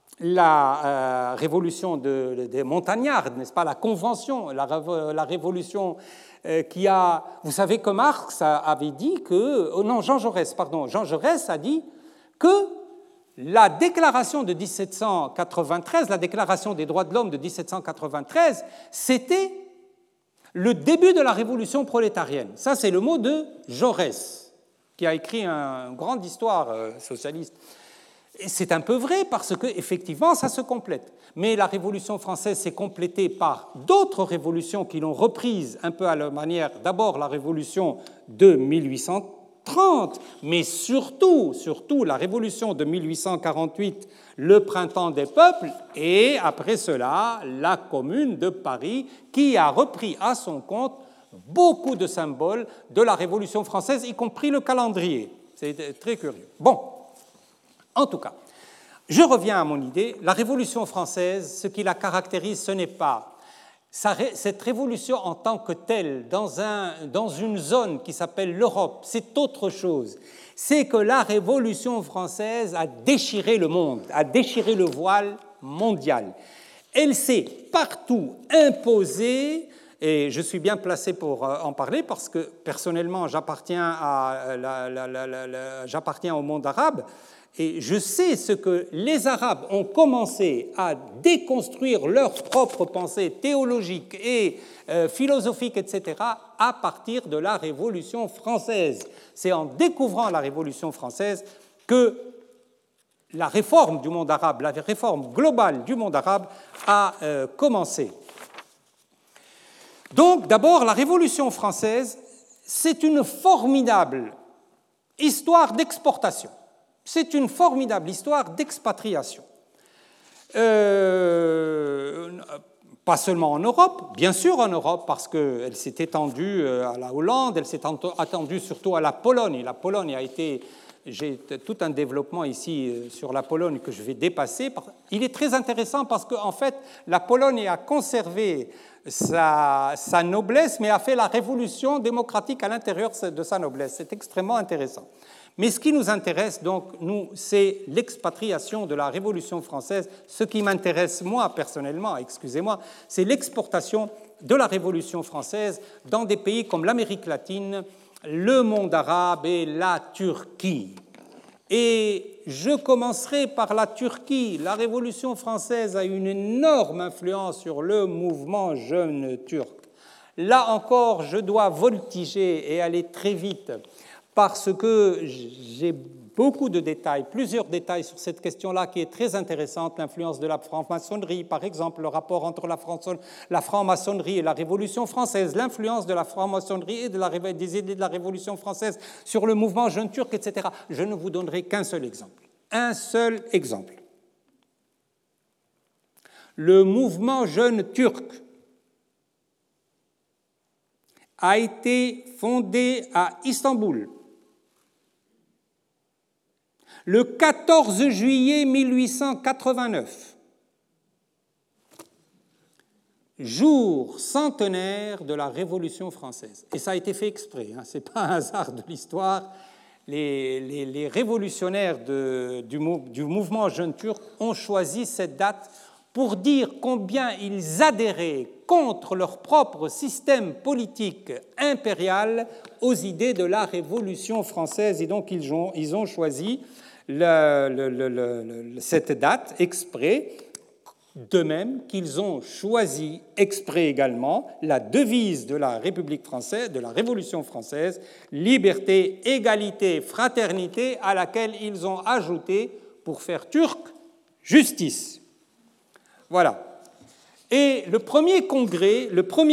la révolution des montagnards, n'est-ce pas, la Convention, la révolution qui a... Vous savez que Marx avait dit que... non, Jean Jaurès a dit que la déclaration de 1793, la déclaration des droits de l'homme de 1793, c'était le début de la révolution prolétarienne. Ça, c'est le mot de Jaurès, qui a écrit une grande histoire socialiste. Et c'est un peu vrai parce qu'effectivement, ça se complète. Mais la Révolution française s'est complétée par d'autres révolutions qui l'ont reprise un peu à leur manière. D'abord, la Révolution de 1830, mais surtout la Révolution de 1848, le Printemps des peuples, et après cela, la Commune de Paris, qui a repris à son compte beaucoup de symboles de la Révolution française, y compris le calendrier. C'est très curieux. Bon. En tout cas, je reviens à mon idée. La Révolution française, ce qui la caractérise, ce n'est pas cette révolution en tant que telle, dans une zone qui s'appelle l'Europe, c'est autre chose. C'est que la Révolution française a déchiré le monde, a déchiré le voile mondial. Elle s'est partout imposée, et je suis bien placé pour en parler parce que personnellement, j'appartiens au monde arabe. Et je sais ce que les Arabes ont commencé à déconstruire leur propre pensée théologique et philosophique, etc., à partir de la Révolution française. C'est en découvrant la Révolution française que la réforme du monde arabe, la réforme globale du monde arabe a commencé. Donc, d'abord, la Révolution française, c'est une formidable histoire d'exportation. C'est une formidable histoire d'expatriation. Pas seulement en Europe, bien sûr en Europe, parce qu'elle s'est étendue à la Hollande, elle s'est étendue surtout à la Pologne. Et la Pologne a été... J'ai tout un développement ici sur la Pologne que je vais dépasser. Il est très intéressant parce qu'en fait, la Pologne a conservé sa noblesse, mais a fait la révolution démocratique à l'intérieur de sa noblesse. C'est extrêmement intéressant. Mais ce qui nous intéresse, donc, nous, c'est l'expatriation de la Révolution française. Ce qui m'intéresse, moi, personnellement, excusez-moi, c'est l'exportation de la Révolution française dans des pays comme l'Amérique latine, le monde arabe et la Turquie. Et je commencerai par la Turquie. La Révolution française a une énorme influence sur le mouvement jeune turc. Là encore, je dois voltiger et aller très vite parce que j'ai beaucoup de détails, plusieurs détails sur cette question-là qui est très intéressante, l'influence de la franc-maçonnerie, par exemple, le rapport entre la franc-maçonnerie et la Révolution française, l'influence de la franc-maçonnerie et des idées de la Révolution française sur le mouvement jeune turc, etc. Je ne vous donnerai qu'un seul exemple. Un seul exemple. Le mouvement jeune turc a été fondé à Istanbul le 14 juillet 1889, jour centenaire de la Révolution française. Et ça a été fait exprès, hein, ce n'est pas un hasard de l'histoire. Les révolutionnaires du mouvement jeune turc ont choisi cette date pour dire combien ils adhéraient contre leur propre système politique impérial aux idées de la Révolution française. Et donc, ils ont choisi cette date exprès, de même qu'ils ont choisi exprès également la devise de la République française, de la Révolution française, liberté, égalité, fraternité, à laquelle ils ont ajouté, pour faire turc, justice. Voilà. Et le premier congrès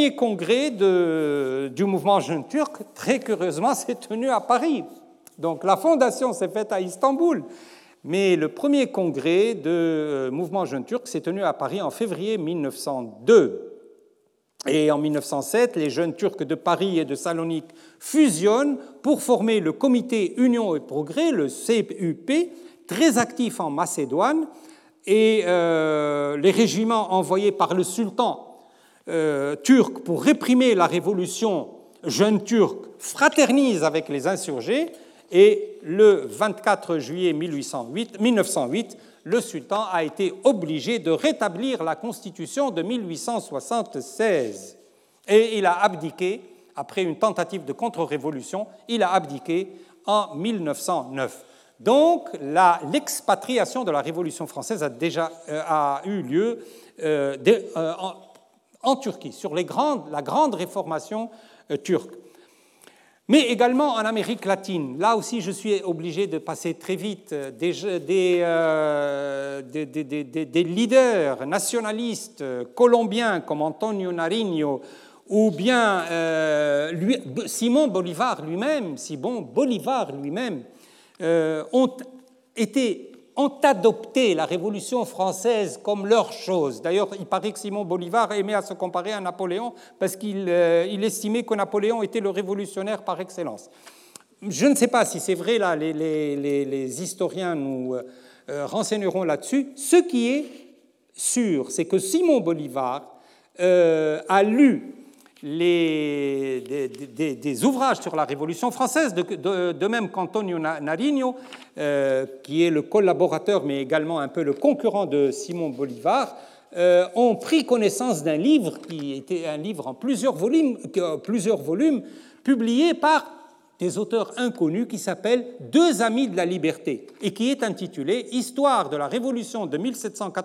du mouvement jeune turc, très curieusement, s'est tenu à Paris. Donc la fondation s'est faite à Istanbul, mais le premier congrès de mouvement jeune turc s'est tenu à Paris en février 1902. Et en 1907, les jeunes turcs de Paris et de Salonique fusionnent pour former le comité Union et Progrès, le CUP, très actif en Macédoine, et les régiments envoyés par le sultan turc pour réprimer la révolution jeune turque fraternisent avec les insurgés. Et le 24 juillet 1908, le sultan a été obligé de rétablir la constitution de 1876. Et il a abdiqué, après une tentative de contre-révolution, il a abdiqué en 1909. Donc, l'expatriation de la Révolution française a eu lieu en Turquie, sur la grande réformation turque. Mais également en Amérique latine. Là aussi, je suis obligé de passer très vite. Des leaders nationalistes colombiens comme Antonio Nariño ou bien Simón Bolívar lui-même, ont adopté la Révolution française comme leur chose. D'ailleurs, il paraît que Simón Bolívar aimait à se comparer à Napoléon parce qu'il estimait que Napoléon était le révolutionnaire par excellence. Je ne sais pas si c'est vrai, là, les historiens nous renseigneront là-dessus. Ce qui est sûr, c'est que Simón Bolívar a lu des ouvrages sur la Révolution française, de même qu'Antonio Nariño, qui est le collaborateur, mais également un peu le concurrent de Simón Bolívar, ont pris connaissance d'un livre qui était un livre en plusieurs volumes, publié par des auteurs inconnus qui s'appelle « Deux amis de la liberté » et qui est intitulé « Histoire de la Révolution de 1789 »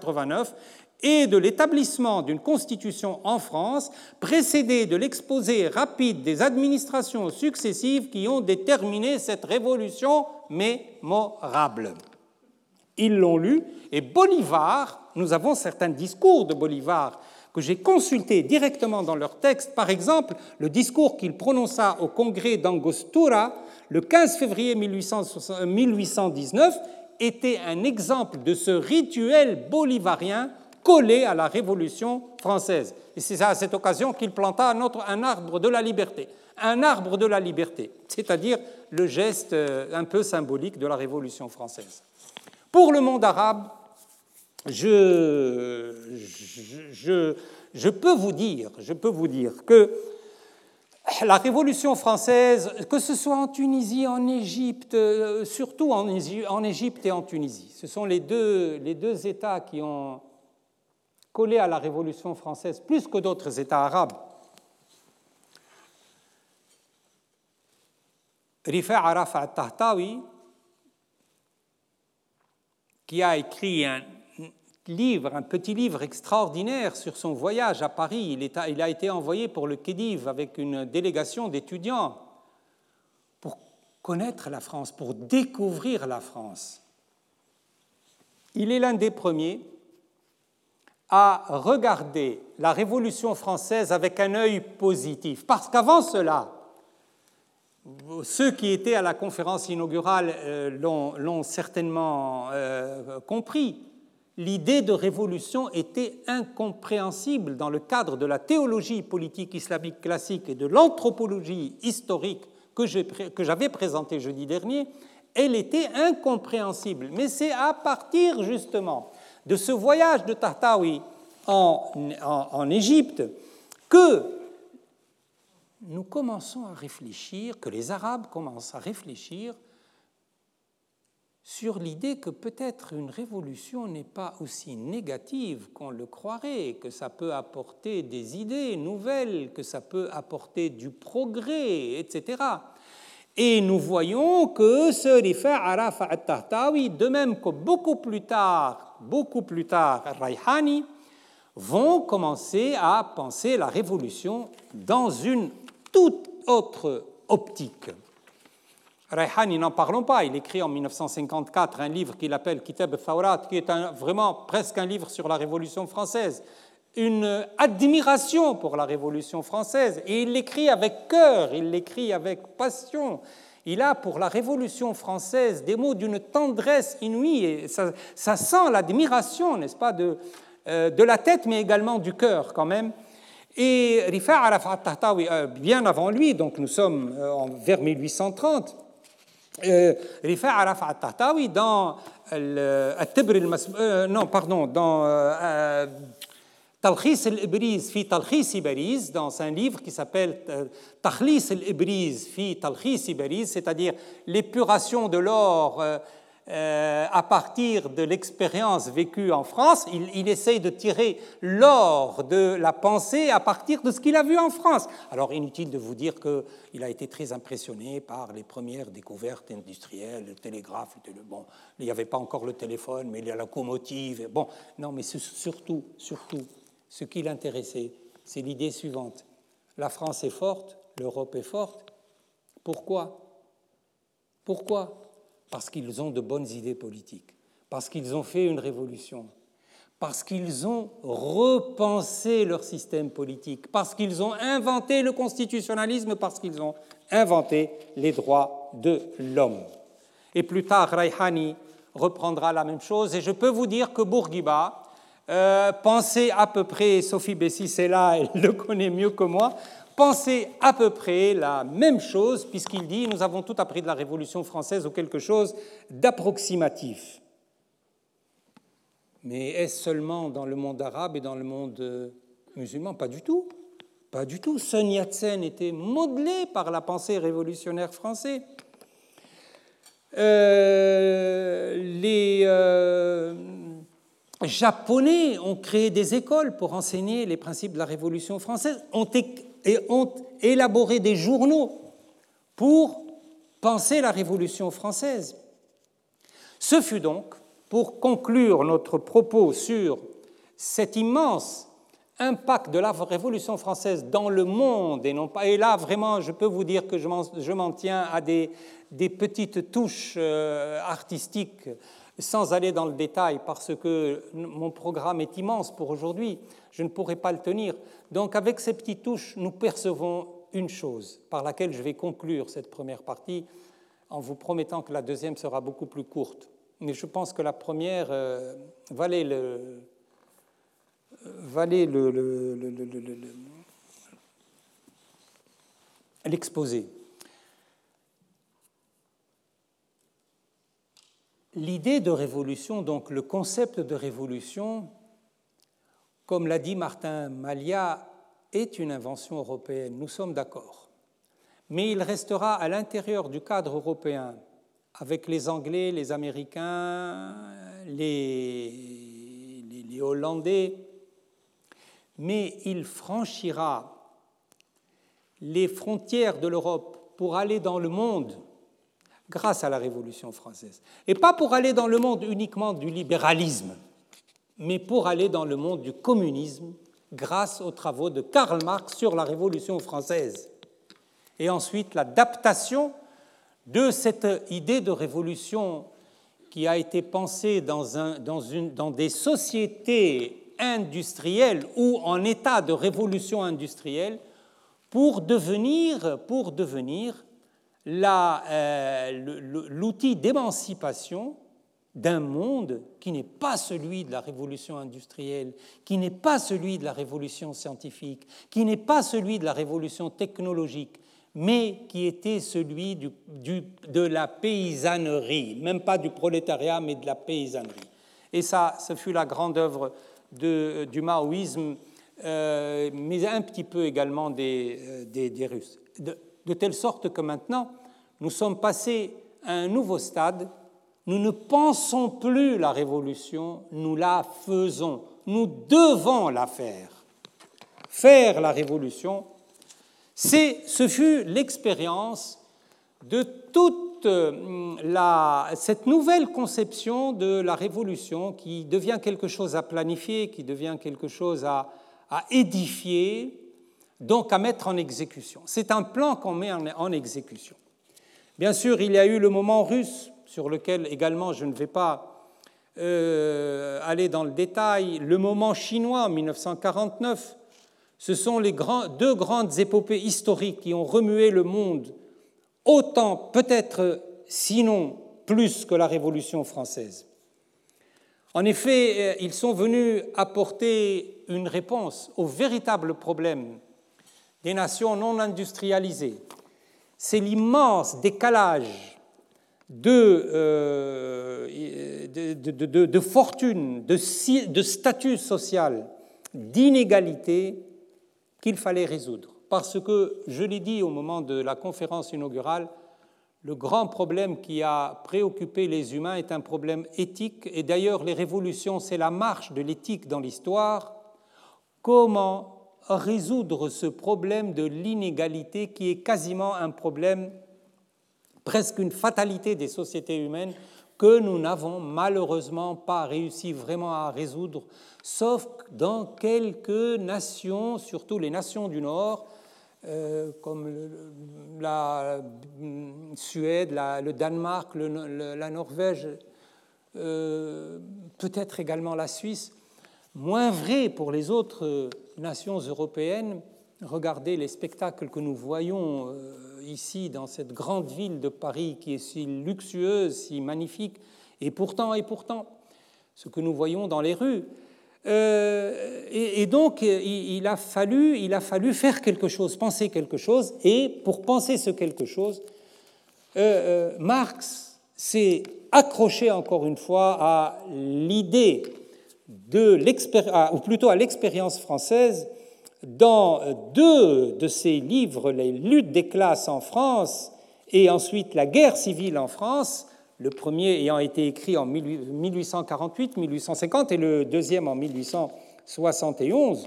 et de l'établissement d'une constitution en France, précédé de l'exposé rapide des administrations successives qui ont déterminé cette révolution mémorable. Ils l'ont lu, et Bolivar, nous avons certains discours de Bolivar que j'ai consultés directement dans leur texte. Par exemple, le discours qu'il prononça au congrès d'Angostura le 15 février 1819 était un exemple de ce rituel bolivarien collé à la Révolution française. Et c'est à cette occasion qu'il planta un arbre de la liberté. Un arbre de la liberté, c'est-à-dire le geste un peu symbolique de la Révolution française. Pour le monde arabe, je peux vous dire que la Révolution française, que ce soit en Tunisie, en Égypte, surtout en Égypte et en Tunisie, ce sont les deux États qui ont collé à la Révolution française plus que d'autres États arabes. Rifa'a Rafa al-Tahtawi qui a écrit un petit livre extraordinaire sur son voyage à Paris. Il a été envoyé pour le Khedive avec une délégation d'étudiants pour connaître la France, pour découvrir la France. Il est l'un des premiers à regarder la Révolution française avec un œil positif, parce qu'avant cela, ceux qui étaient à la conférence inaugurale l'ont certainement compris. L'idée de révolution était incompréhensible dans le cadre de la théologie politique islamique classique et de l'anthropologie historique que j'avais présentée jeudi dernier. Elle était incompréhensible. Mais c'est à partir justement de ce voyage de Tahtaoui en Égypte que nous commençons à réfléchir, que les Arabes commencent à réfléchir sur l'idée que peut-être une révolution n'est pas aussi négative qu'on le croirait, que ça peut apporter des idées nouvelles, que ça peut apporter du progrès, etc. Et nous voyons que ce Rifa' Arafat al-Tahtawi, de même que beaucoup plus tard Raihani, vont commencer à penser la révolution dans une toute autre optique. Raihani, n'en parlons pas, il écrit en 1954 un livre qu'il appelle Kitab al-Thawrat, qui est vraiment presque un livre sur la Révolution française, une admiration pour la Révolution française, et il l'écrit avec cœur, il l'écrit avec passion. Il a pour la Révolution française des mots d'une tendresse inouïe, et ça sent l'admiration, n'est-ce pas, de la tête, mais également du cœur quand même. Et Rifa' Arafat al-Tahtawi, bien avant lui, donc nous sommes vers 1830, Rifa' Arafat al-Tahtawi dans Talkhis al-Ibriz fi Talkhis Bariz, dans un livre qui s'appelle Takhlis al-Ibriz fi Talkhis Bariz, c'est-à-dire l'épuration de l'or à partir de l'expérience vécue en France. Il essaye de tirer l'or de la pensée à partir de ce qu'il a vu en France. Alors, inutile de vous dire qu'il a été très impressionné par les premières découvertes industrielles, le télégraphe, bon, il n'y avait pas encore le téléphone, mais la locomotive. Bon, non, mais surtout, ce qui l'intéressait, c'est l'idée suivante. La France est forte, l'Europe est forte. Pourquoi ? Parce qu'ils ont de bonnes idées politiques, parce qu'ils ont fait une révolution, parce qu'ils ont repensé leur système politique, parce qu'ils ont inventé le constitutionnalisme, parce qu'ils ont inventé les droits de l'homme. Et plus tard, Raihani reprendra la même chose, et je peux vous dire que Bourguiba pensait à peu près, Sophie Bessis est là, elle le connaît mieux que moi, pensez à peu près la même chose, puisqu'il dit « Nous avons tout appris de la Révolution française ou quelque chose d'approximatif ». Mais est-ce seulement dans le monde arabe et dans le monde musulman ? Pas du tout. Pas du tout. Sun Yat-sen était modelé par la pensée révolutionnaire française. Les Japonais ont créé des écoles pour enseigner les principes de la Révolution française, ont élaboré des journaux pour penser la Révolution française. Ce fut donc, pour conclure notre propos sur cet immense impact de la Révolution française dans le monde, et non pas, et là vraiment je peux vous dire que je m'en tiens à des petites touches artistiques sans aller dans le détail, parce que mon programme est immense pour aujourd'hui, je ne pourrai pas le tenir. Donc avec ces petites touches, nous percevons une chose par laquelle je vais conclure cette première partie, en vous promettant que la deuxième sera beaucoup plus courte. Mais je pense que la première valait l'exposer. L'idée de révolution, donc le concept de révolution, comme l'a dit Martin Malia, est une invention européenne, nous sommes d'accord. Mais il restera à l'intérieur du cadre européen, avec les Anglais, les Américains, les Hollandais, mais il franchira les frontières de l'Europe pour aller dans le monde grâce à la Révolution française. Et pas pour aller dans le monde uniquement du libéralisme, mais pour aller dans le monde du communisme, grâce aux travaux de Karl Marx sur la Révolution française. Et ensuite, l'adaptation de cette idée de révolution qui a été pensée dans des sociétés industrielles ou en état de révolution industrielle pour devenir l'outil d'émancipation d'un monde qui n'est pas celui de la révolution industrielle, qui n'est pas celui de la révolution scientifique, qui n'est pas celui de la révolution technologique, mais qui était celui de la paysannerie, même pas du prolétariat, mais de la paysannerie. Et ça, ce fut la grande œuvre du maoïsme, mais un petit peu également des Russes. De telle sorte que maintenant, nous sommes passés à un nouveau stade. Nous ne pensons plus la révolution, nous la faisons. Nous devons la faire. Faire la révolution, ce fut l'expérience de toute cette nouvelle conception de la révolution qui devient quelque chose à planifier, qui devient quelque chose à édifier, donc à mettre en exécution. C'est un plan qu'on met en exécution. Bien sûr, il y a eu le moment russe, sur lequel également je ne vais pas aller dans le détail, le moment chinois en 1949. Ce sont les deux grandes épopées historiques qui ont remué le monde, autant peut-être, sinon plus que la Révolution française. En effet, ils sont venus apporter une réponse au véritable problème des nations non industrialisées. C'est l'immense décalage de fortune, de statut social, d'inégalité qu'il fallait résoudre. Parce que, je l'ai dit au moment de la conférence inaugurale, le grand problème qui a préoccupé les humains est un problème éthique, et d'ailleurs les révolutions, c'est la marche de l'éthique dans l'histoire. Comment résoudre ce problème de l'inégalité qui est quasiment un problème, presque une fatalité des sociétés humaines, que nous n'avons malheureusement pas réussi vraiment à résoudre, sauf dans quelques nations, surtout les nations du Nord, comme la Suède, le Danemark, la Norvège, peut-être également la Suisse. Moins vrai pour les autres nations européennes. Regardez les spectacles que nous voyons ici dans cette grande ville de Paris qui est si luxueuse, si magnifique, et pourtant, ce que nous voyons dans les rues. Et donc, il a fallu faire quelque chose, penser quelque chose, et pour penser ce quelque chose, Marx s'est accroché encore une fois à l'idée ou plutôt à l'expérience française dans deux de ses livres, Les luttes des classes en France et ensuite La guerre civile en France, le premier ayant été écrit en 1848-1850 et le deuxième en 1871.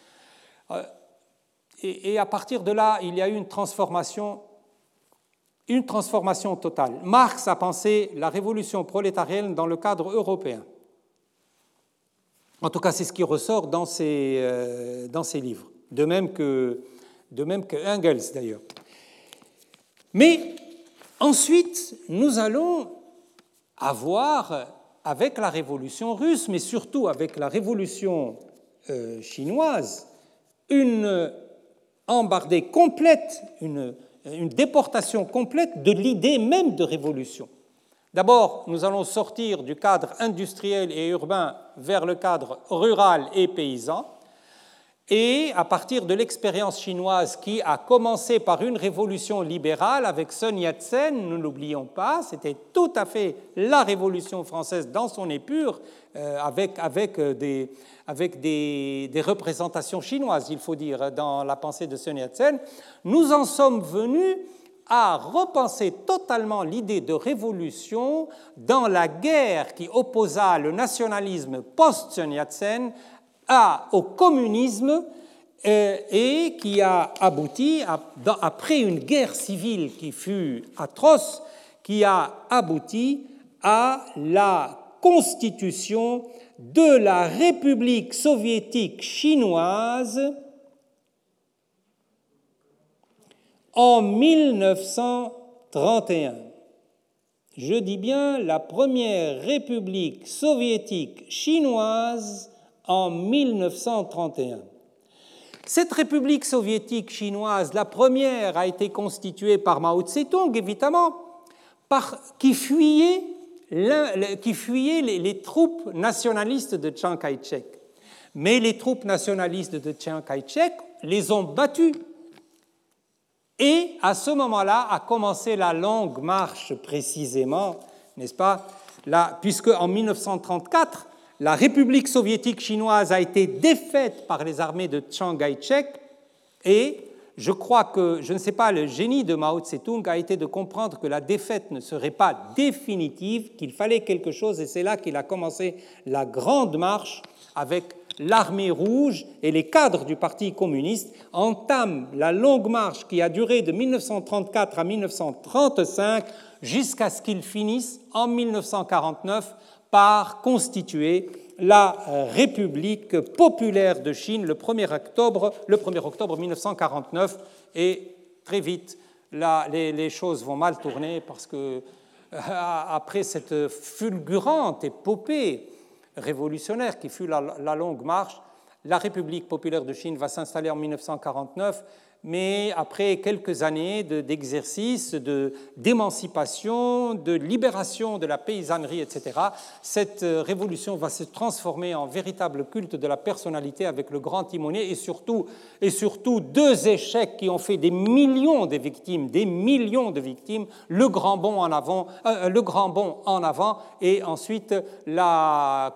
Et à partir de là, il y a eu une transformation totale. Marx a pensé la révolution prolétarienne dans le cadre européen. En tout cas, c'est ce qui ressort dans ses livres, de même que Engels d'ailleurs. Mais ensuite, nous allons avoir, avec la révolution russe, mais surtout avec la révolution chinoise, une embardée complète, une déportation complète de l'idée même de révolution. D'abord, nous allons sortir du cadre industriel et urbain vers le cadre rural et paysan. Et à partir de l'expérience chinoise qui a commencé par une révolution libérale avec Sun Yat-sen, nous n'oublions pas, c'était tout à fait la révolution française dans son épure, avec des représentations chinoises, il faut dire, dans la pensée de Sun Yat-sen, nous en sommes venus à repenser totalement l'idée de révolution dans la guerre qui opposa le nationalisme post-Sun Yat-sen au communisme et qui a abouti, après une guerre civile qui fut atroce, qui a abouti à la constitution de la République soviétique chinoise en 1931. Je dis bien la première République soviétique chinoise en 1931. Cette République soviétique chinoise, la première, a été constituée par Mao Tse-tung, évidemment, qui fuyait les troupes nationalistes de Chiang Kai-shek. Mais les troupes nationalistes de Chiang Kai-shek les ont battus. Et à ce moment-là a commencé la longue marche précisément, n'est-ce pas, puisque en 1934, la République soviétique chinoise a été défaite par les armées de Chiang Kai-shek et je crois que, je ne sais pas, le génie de Mao Tse-tung a été de comprendre que la défaite ne serait pas définitive, qu'il fallait quelque chose et c'est là qu'il a commencé la grande marche avec l'armée rouge et les cadres du Parti communiste entament la longue marche qui a duré de 1934 à 1935 jusqu'à ce qu'ils finissent en 1949 par constituer la République populaire de Chine le 1er octobre 1949 et très vite les choses vont mal tourner parce que après cette fulgurante épopée révolutionnaire qui fut la longue marche, la République populaire de Chine va s'installer en 1949, mais après quelques années d'exercice, d'émancipation, de libération de la paysannerie, etc., cette révolution va se transformer en véritable culte de la personnalité avec le grand timonier et surtout deux échecs qui ont fait des millions de victimes, le grand bond en avant et ensuite la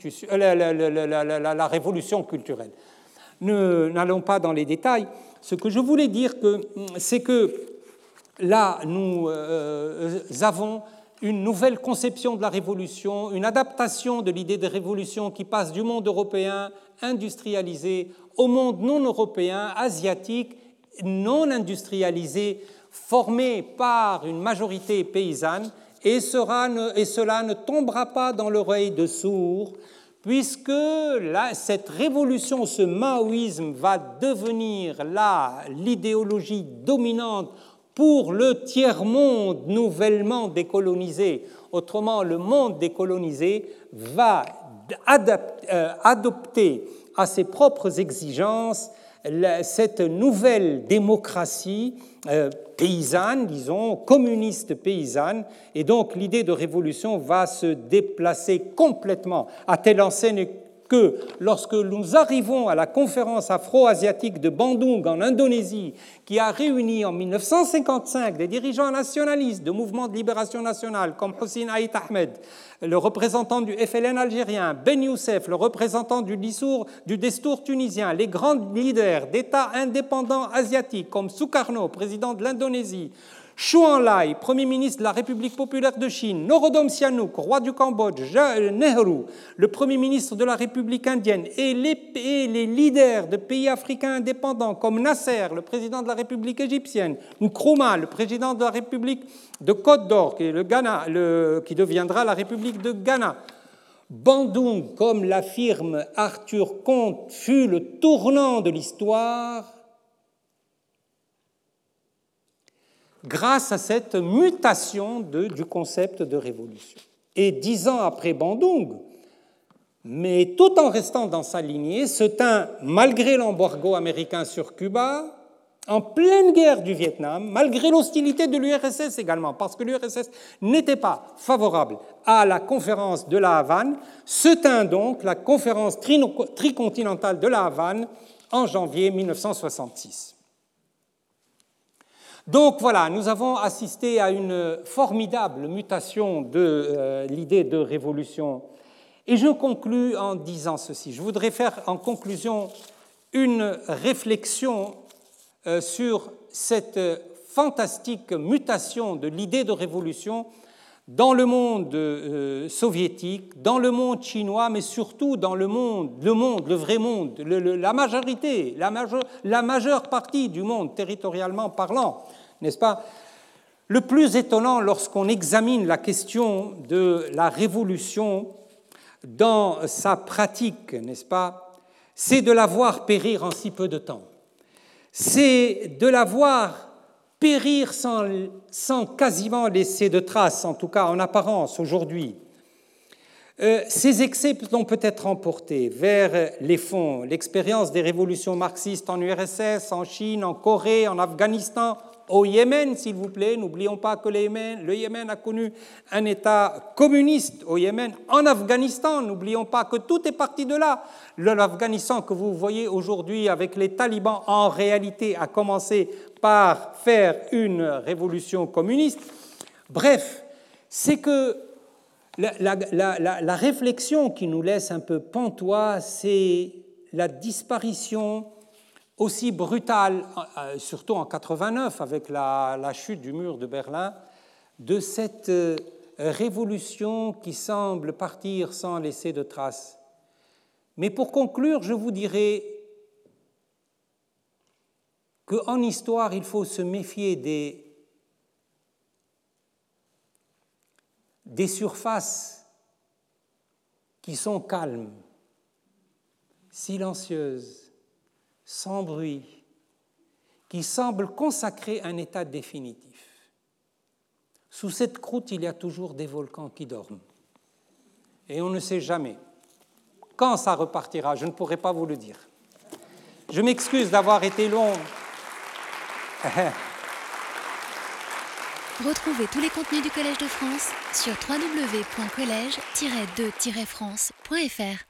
révolution culturelle. N'allons pas dans les détails. Ce que je voulais dire, c'est que là, nous avons une nouvelle conception de la révolution, une adaptation de l'idée de révolution qui passe du monde européen industrialisé au monde non européen, asiatique, non industrialisé, formé par une majorité paysanne, et cela ne tombera pas dans l'oreille de sourds, puisque cette révolution, ce maoïsme va devenir l'idéologie dominante pour le tiers-monde nouvellement décolonisé. Autrement, le monde décolonisé va adopter à ses propres exigences cette nouvelle démocratie paysanne, disons, communiste paysanne, et donc l'idée de révolution va se déplacer complètement, à telle enseigne que lorsque nous arrivons à la conférence afro-asiatique de Bandung en Indonésie, qui a réuni en 1955 des dirigeants nationalistes de mouvements de libération nationale comme Hussein Ait Ahmed, le représentant du FLN algérien, Ben Youssef, le représentant du Destour tunisien, les grands leaders d'États indépendants asiatiques comme Sukarno, président de l'Indonésie, Chou Enlai, Premier ministre de la République populaire de Chine, Norodom Sihanouk, roi du Cambodge, Nehru, le Premier ministre de la République indienne, et les leaders de pays africains indépendants comme Nasser, le président de la République égyptienne, Nkrumah, le président de la République de Côte d'Or, qui deviendra la République de Ghana. Bandung, comme l'affirme Arthur Comte, fut le tournant de l'histoire grâce à cette mutation du concept de révolution. Et 10 ans après Bandung, mais tout en restant dans sa lignée, se tint, malgré l'embargo américain sur Cuba, en pleine guerre du Vietnam, malgré l'hostilité de l'URSS également, parce que l'URSS n'était pas favorable à la conférence de La Havane, se tint donc la conférence tricontinentale de La Havane en janvier 1966. Donc voilà, nous avons assisté à une formidable mutation de l'idée de révolution. Et je conclus en disant ceci. Je voudrais faire en conclusion une réflexion sur cette fantastique mutation de l'idée de révolution dans le monde soviétique, dans le monde chinois, mais surtout dans le vrai monde, la majeure partie du monde, territorialement parlant, n'est-ce pas? Le plus étonnant lorsqu'on examine la question de la révolution dans sa pratique, n'est-ce pas, c'est de la voir périr en si peu de temps. C'est de la voir périr sans quasiment laisser de traces, en tout cas en apparence aujourd'hui. Ces excès l'ont peut-être emporté vers les fonds, l'expérience des révolutions marxistes en URSS, en Chine, en Corée, en Afghanistan, au Yémen, s'il vous plaît. N'oublions pas que le Yémen a connu un État communiste au Yémen. En Afghanistan, n'oublions pas que tout est parti de là. L'Afghanistan que vous voyez aujourd'hui avec les talibans, en réalité, a commencé par faire une révolution communiste. Bref, c'est que la réflexion qui nous laisse un peu pantois, c'est la disparition aussi brutale, surtout en 89 avec la chute du mur de Berlin, de cette révolution qui semble partir sans laisser de traces. Mais pour conclure, je vous dirai qu'en histoire, il faut se méfier des surfaces qui sont calmes, silencieuses, sans bruit, qui semblent consacrer un état définitif. Sous cette croûte, il y a toujours des volcans qui dorment. Et on ne sait jamais quand ça repartira, je ne pourrai pas vous le dire. Je m'excuse d'avoir été long. Retrouvez tous les contenus du Collège de France sur www.collège-2-france.fr.